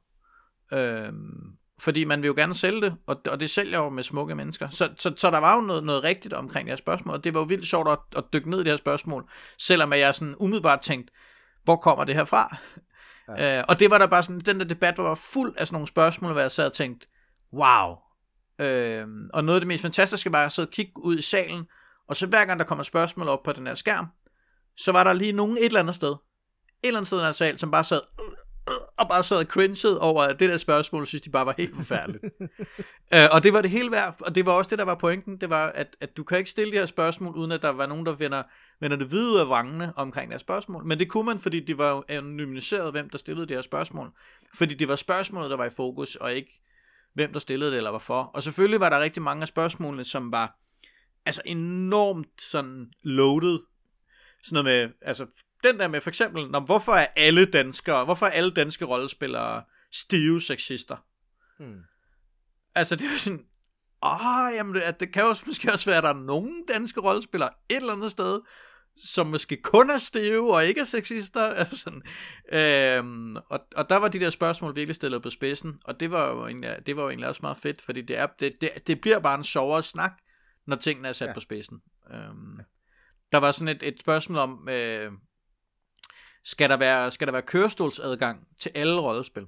Øhm, fordi man vil jo gerne sælge det, og, og det sælger jo med smukke mennesker. Så, så, så der var jo noget, noget rigtigt omkring det her spørgsmål, og det var jo vildt sjovt at, at dykke ned i det her spørgsmål, selvom jeg sådan umiddelbart tænkte, hvor kommer det her fra? Ja. Øh, og det var der bare sådan, den der debat var fuld af sådan nogle spørgsmål, hvor jeg sad og tænkte, wow. Øh, og noget af det mest fantastiske var at sidde og kigge ud i salen, og så hver gang der kommer spørgsmål op på den her skærm, så var der lige nogen et eller andet sted, et eller andet sted i den her sal, som bare sad og bare sad og cringede over at det der spørgsmål, synes de bare var helt forfærdeligt. øh, og det var det hele værd, og det var også det, der var pointen, det var, at, at du kan ikke stille de her spørgsmål, uden at der var nogen, der vender, vender det hvide ud af vrangene omkring de her spørgsmål. Men det kunne man, fordi de var jo anonymiseret, hvem der stillede de her spørgsmål. Fordi det var spørgsmålet, der var i fokus, og ikke hvem der stillede det, eller hvorfor. Og selvfølgelig var der rigtig mange af spørgsmålene, som var altså enormt sådan loaded. Sådan noget med, altså den der med for eksempel, når, hvorfor er alle danskere, hvorfor er alle danske rollespillere stive sexister? Hmm. Altså det er jo sådan, åh, jamen det, det kan jo måske også være, at der er nogle danske rollespillere et eller andet sted, som måske kun er stive og ikke er sexister. Altså sådan. Øhm, og, og der var de der spørgsmål virkelig stillet på spidsen, og det var jo egentlig, det var jo egentlig også meget fedt, fordi det, er, det, det, det bliver bare en sjovere snak, når tingene er sat ja. på spidsen. Øhm, ja. Der var sådan et, et spørgsmål om, øh, skal, der være, skal der være kørestolsadgang til alle rollespil?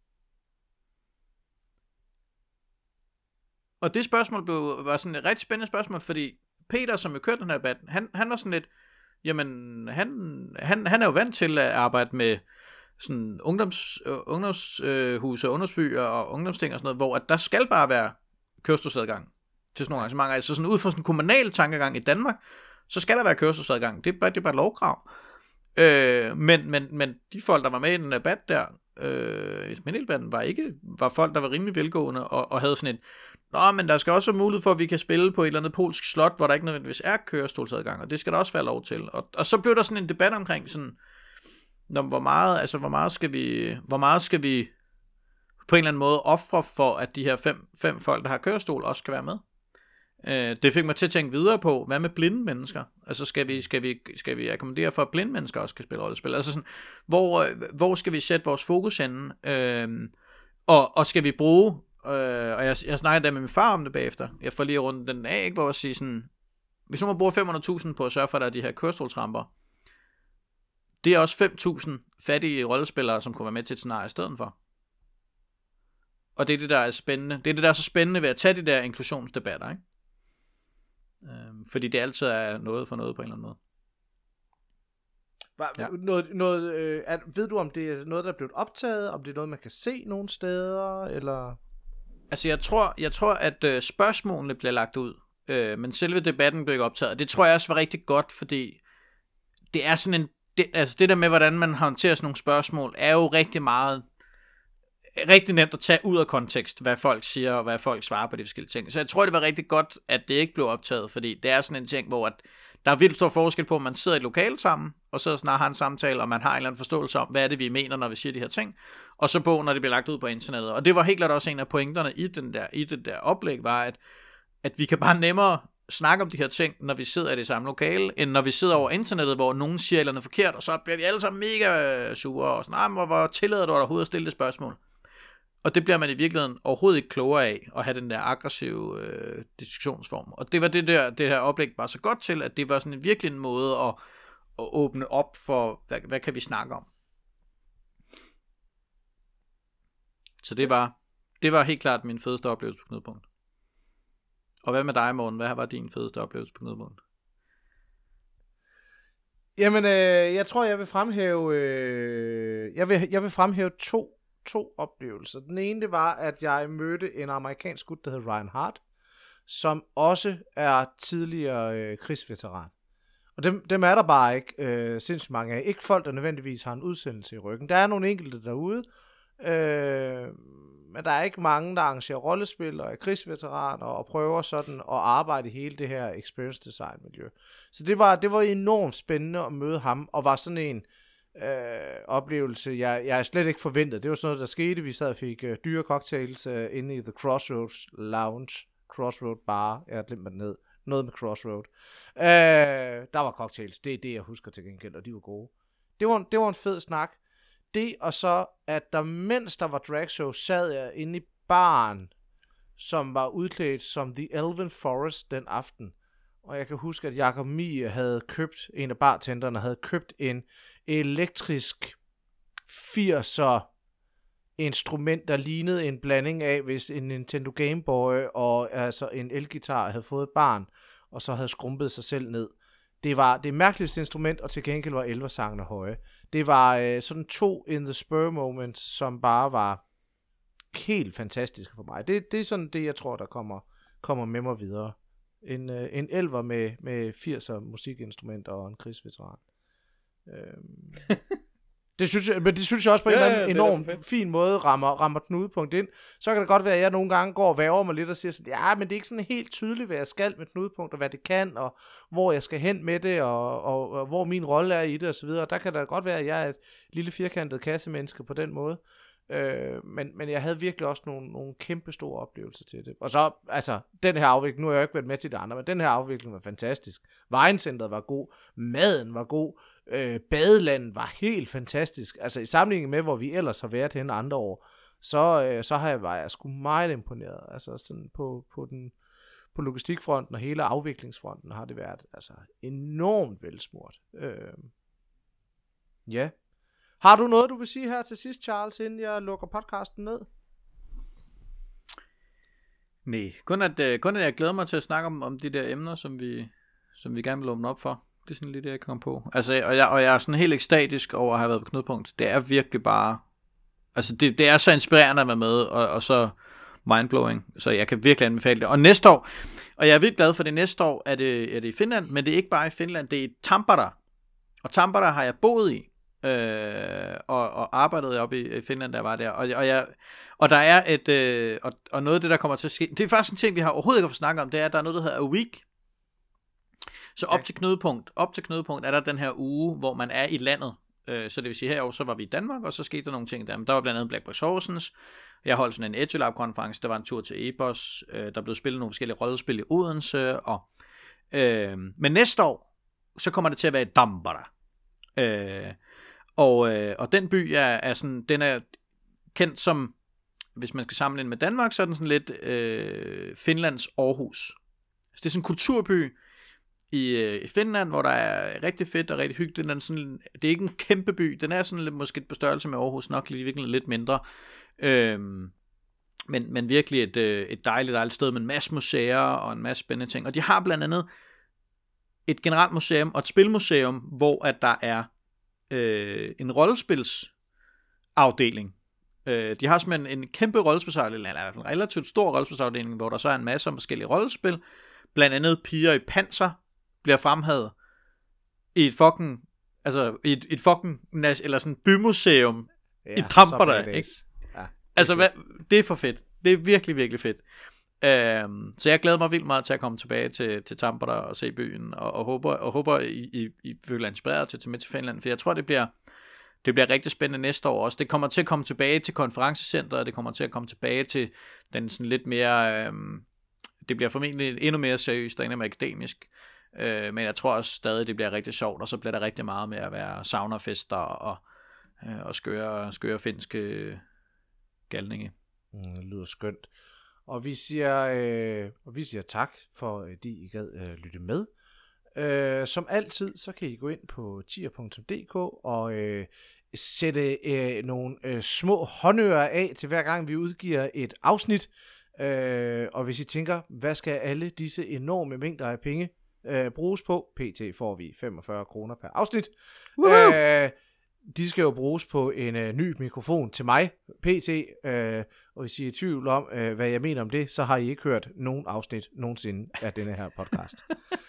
Og det spørgsmål blev, var sådan et rigtig spændende spørgsmål, fordi Peter, som jo kørte den her debat, han, han var sådan lidt, jamen, han, han, han er jo vant til at arbejde med sådan ungdoms, øh, ungdomshuse, øh, ungdomsbyer og ungdomsting og sådan noget, hvor at der skal bare være kørestolsadgang til sådan nogle arrangementer. Altså sådan ud fra sådan en kommunal tankegang i Danmark, så skal der være kørselsadgang. Det er bare, det er bare et lovkrav. Øh, men, men, men de folk, der var med i den debat der, øh, i Spindelbanden var ikke, var folk, der var rimelig velgående, og, og havde sådan et, nå, men der skal også være mulighed for, at vi kan spille på et eller andet polsk slot, hvor der ikke nødvendigvis er kørestolsadgang, og det skal der også være lov til. Og, og så blev der sådan en debat omkring sådan, når, hvor meget, altså hvor meget skal vi, hvor meget skal vi på en eller anden måde ofre for, at de her fem, fem folk, der har kørestol, også skal være med. Øh, det fik mig til at tænke videre på, hvad med blinde mennesker? Altså skal vi, skal vi, skal vi akkommodere for, at blinde mennesker også kan spille rollespil? Altså sådan, hvor, hvor skal vi sætte vores fokus henne? Øh, og, og skal vi bruge, øh, og jeg, jeg snakkede der med min far om det bagefter, jeg får lige rundt den af, ikke, hvor jeg siger sådan, hvis nu man bruger fem hundrede tusind på at sørge for, at der er de her kørestolsramper, det er også fem tusind fattige rollespillere, som kunne være med til et scenarie i stedet for. Og det er det, der er spændende. Det er det, der er så spændende ved at tage de der inklusionsdebatter, ikke? Øhm, fordi det altid er noget for noget på en eller anden måde. Hva, ja. noget, noget, øh, er, ved du, om det er noget, der er blevet optaget? Om det er noget, man kan se nogle steder? Eller? Altså, jeg tror, jeg tror at øh, spørgsmålene bliver lagt ud. Øh, men selve debatten bliver ikke optaget. Det tror jeg også var rigtig godt, fordi det er sådan en... Det, altså, det der med, hvordan man håndterer sådan nogle spørgsmål, er jo rigtig meget... rigtig nemt at tage ud af kontekst, hvad folk siger, og hvad folk svarer på de forskellige ting. Så jeg tror, det var rigtig godt, at det ikke blev optaget, fordi det er sådan en ting, hvor at der er vildt stor forskel på, at man sidder i et lokale sammen, og så snart har en samtale, og man har en eller anden forståelse om, hvad er det, vi mener, når vi siger de her ting, og så på, når det bliver lagt ud på internettet. Og det var helt klart også en af pointerne i, den der, i det der oplæg, var, at, at vi kan bare nemmere snakke om de her ting, når vi sidder i det samme lokale, end når vi sidder over internettet, hvor nogen siger et eller andet forkert, og så bliver vi alle sammen mega sure, og sådan, hvor, hvor tillader du dig overhovedet at stille det spørgsmål? Og det bliver man i virkeligheden overhovedet ikke klogere af, at have den der aggressive øh, diskussionsform. Og det var det der, det her oplæg var så godt til, at det var sådan en virkelig en måde at, at åbne op for, hvad, hvad kan vi snakke om. Så det var, det var helt klart min fedeste oplevelse på Knudepunkt. Og hvad med dig, Morten? Hvad var din fedeste oplevelse på Knudepunkt? Jamen, øh, jeg tror, jeg vil fremhæve, øh, jeg vil, jeg vil fremhæve to to oplevelser. Den ene, det var, at jeg mødte en amerikansk gut, der hedder Ryan Hart, som også er tidligere øh, krigsveteran. Og dem, dem er der bare ikke øh, sindssygt mange af. Ikke folk, der nødvendigvis har en udsendelse i ryggen. Der er nogle enkelte derude, øh, men der er ikke mange, der arrangerer rollespil og er krigsveteraner og prøver sådan at arbejde i hele det her experience design miljø. Så det var, det var enormt spændende at møde ham, og var sådan en Øh, oplevelse, jeg, jeg slet ikke forventet. Det var sådan noget, der skete. Vi sad og fik øh, dyre cocktails øh, inde i The Crossroads Lounge. Crossroad Bar. Jeg har glemt mig ned. Noget med Crossroad. Øh, der var cocktails. Det er det, jeg husker til gengæld, og de var gode. Det var, det var en fed snak. Det, og så, at der mens der var dragshow, sad jeg inde i baren, som var udklædt som The Elven Forest den aften. Og jeg kan huske, at Jacob Mie havde købt, en af bartenderne havde købt en elektrisk firser instrument, der lignede en blanding af, hvis en Nintendo Game Boy og altså en elgitar havde fået et barn, og så havde skrumpet sig selv ned. Det var det mærkeligste instrument, og til gengæld var elversangene høje. Det var øh, sådan to in the spur moments, som bare var helt fantastiske for mig. Det, det er sådan det, jeg tror, der kommer, kommer med mig videre. En, øh, en elver med, med firser musikinstrumenter og en krigsveteran. Øhm. det, synes jeg, men det synes jeg også på en ja, eller anden enormt fin måde rammer, rammer Knudepunkt ind. Så kan det godt være, at jeg nogle gange går og væver mig lidt og siger sådan, ja, men det er ikke sådan helt tydeligt, hvad jeg skal med Knudepunkt, og hvad det kan, og hvor jeg skal hen med det, og, og, og hvor min rolle er i det, og så videre. Der kan det godt være, at jeg er et lille firkantet kassemenneske på den måde. Øh, men, men jeg havde virkelig også nogle, nogle kæmpe store oplevelser til det. Og så, altså, den her afvikling, nu har jeg jo ikke været med til det andre, men den her afvikling var fantastisk. Vejncentret var god, maden var god, øh, badelandet var helt fantastisk. Altså i sammenligning med, hvor vi ellers har været henne andre år, så, øh, så har jeg, var jeg sgu meget imponeret. Altså sådan på, på, den, på logistikfronten og hele afviklingsfronten har det været altså enormt velsmurt. Øh, ja. Har du noget, du vil sige her til sidst, Charles, inden jeg lukker podcasten ned? Nej, kun at, kun at jeg glæder mig til at snakke om, om de der emner, som vi, som vi gerne vil åbne op for. Det er sådan lidt det, jeg kommer på. Altså, og, jeg, og jeg er sådan helt ekstatisk over at have været på Knudepunkt. Det er virkelig bare... Altså, det, det er så inspirerende at være med, og, og så mindblowing. Så jeg kan virkelig anbefale det. Og næste år, og jeg er virkelig glad for det, næste år er det, er det i Finland, men det er ikke bare i Finland, det er i Tampere. Og Tampere har jeg boet i. øh, og, og arbejdede op i, i Finland, der var der. Og, og, jeg, og der er et, øh, og, og noget af det, der kommer til at ske, det er faktisk en ting, vi har overhovedet ikke at få snakket om, det er, at der er noget, der hedder A Week. Så op, ja. til knudepunkt, op til knudepunkt er der den her uge, hvor man er i landet. Øh, så det vil sige, herovre, så var vi i Danmark, og så skete der nogle ting der. Men der var blandt andet Black Box Horsens. Jeg holdt sådan en EduLab-konference, der var en tur til Epos. Øh, der blev spillet nogle forskellige rollespil i Odense. Og, øh, men næste år, så kommer det til at være i Tampere. Øh, og, øh, og den by er, er sådan, den er kendt som, hvis man skal sammenligne med Danmark, så er den sådan lidt øh, Finlands Aarhus. Så det er sådan en kulturby i, øh, i Finland, hvor der er rigtig fedt og rigtig hyggeligt. Den er sådan, det er ikke en kæmpe by, den er sådan lidt, måske på størrelse med Aarhus, nok lige virkelig lidt mindre. Øh, men, men virkelig et, øh, et dejligt, dejligt sted med en masse museer og en masse spændende ting. Og de har blandt andet et generelt museum og et spilmuseum, hvor at der er øh, en rollespilsafdeling. Øh, de har simpelthen en kæmpe rollespilsafdeling, eller i hvert fald en relativt stor rollespilsafdeling, hvor der så er en masse om forskellige rollespil. Blandt andet Piger i Panser bliver fremhævet i et fucking, altså i et, et fucking, eller sådan bymuseum ja, i Tampere, ikke? Ja, altså, hvad, det er for fedt. Det er virkelig, virkelig fedt. Um, så jeg glæder mig vildt meget til at komme tilbage til, til Tampere og se byen, og, og håber, og håber I, I, I føler inspireret til at tage med til Finland, for jeg tror, det bliver, det bliver rigtig spændende næste år også. Det kommer til at komme tilbage til konferencecenteret, det kommer til at komme tilbage til den sådan lidt mere, um, det bliver formentlig endnu mere seriøst og endnu mere akademisk, uh, men jeg tror også stadig, det bliver rigtig sjovt, og så bliver der rigtig meget med at være saunafester og, uh, og skøre, skøre finske galninge. Mm, det lyder skønt. Og vi siger, øh, og vi siger tak for, at I gad øh, lytte med. Øh, som altid, så kan I gå ind på tier punktum d k og øh, sætte øh, nogle øh, små håndører af til hver gang vi udgiver et afsnit. Øh, og hvis I tænker, hvad skal alle disse enorme mængder af penge øh, bruges på? P T får vi femogfyrre kroner per afsnit. Øh, de skal jo bruges på en øh, ny mikrofon til mig, P T, øh, og hvis I er i tvivl om, øh, hvad jeg mener om det, så har I ikke hørt nogen afsnit nogensinde af denne her podcast.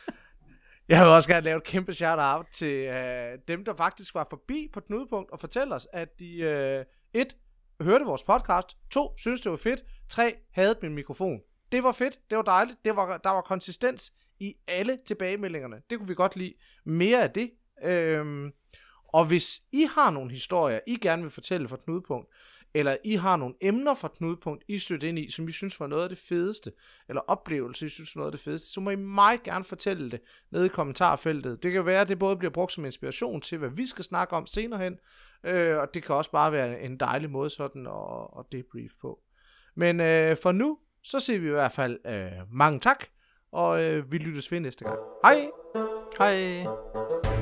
Jeg vil også gerne lave et kæmpe shout-out til øh, dem, der faktisk var forbi på Knudepunkt og fortælle os, at de øh, et, hørte vores podcast, to, synes det var fedt, tre, havde min mikrofon. Det var fedt, det var dejligt, det var, der var konsistens i alle tilbagemeldingerne. Det kunne vi godt lide. Mere af det. Øhm, Og hvis I har nogle historier, I gerne vil fortælle fra Knudepunkt, eller I har nogle emner fra Knudepunkt, I støtter ind i, som I synes var noget af det fedeste, eller oplevelser, I synes var noget af det fedeste, så må I meget gerne fortælle det nede i kommentarfeltet. Det kan være, at det både bliver brugt som inspiration til, hvad vi skal snakke om senere hen, øh, og det kan også bare være en dejlig måde sådan at, at debrief på. Men øh, for nu, så siger vi i hvert fald øh, mange tak, og øh, vi lyttes ved næste gang. Hej! Hej!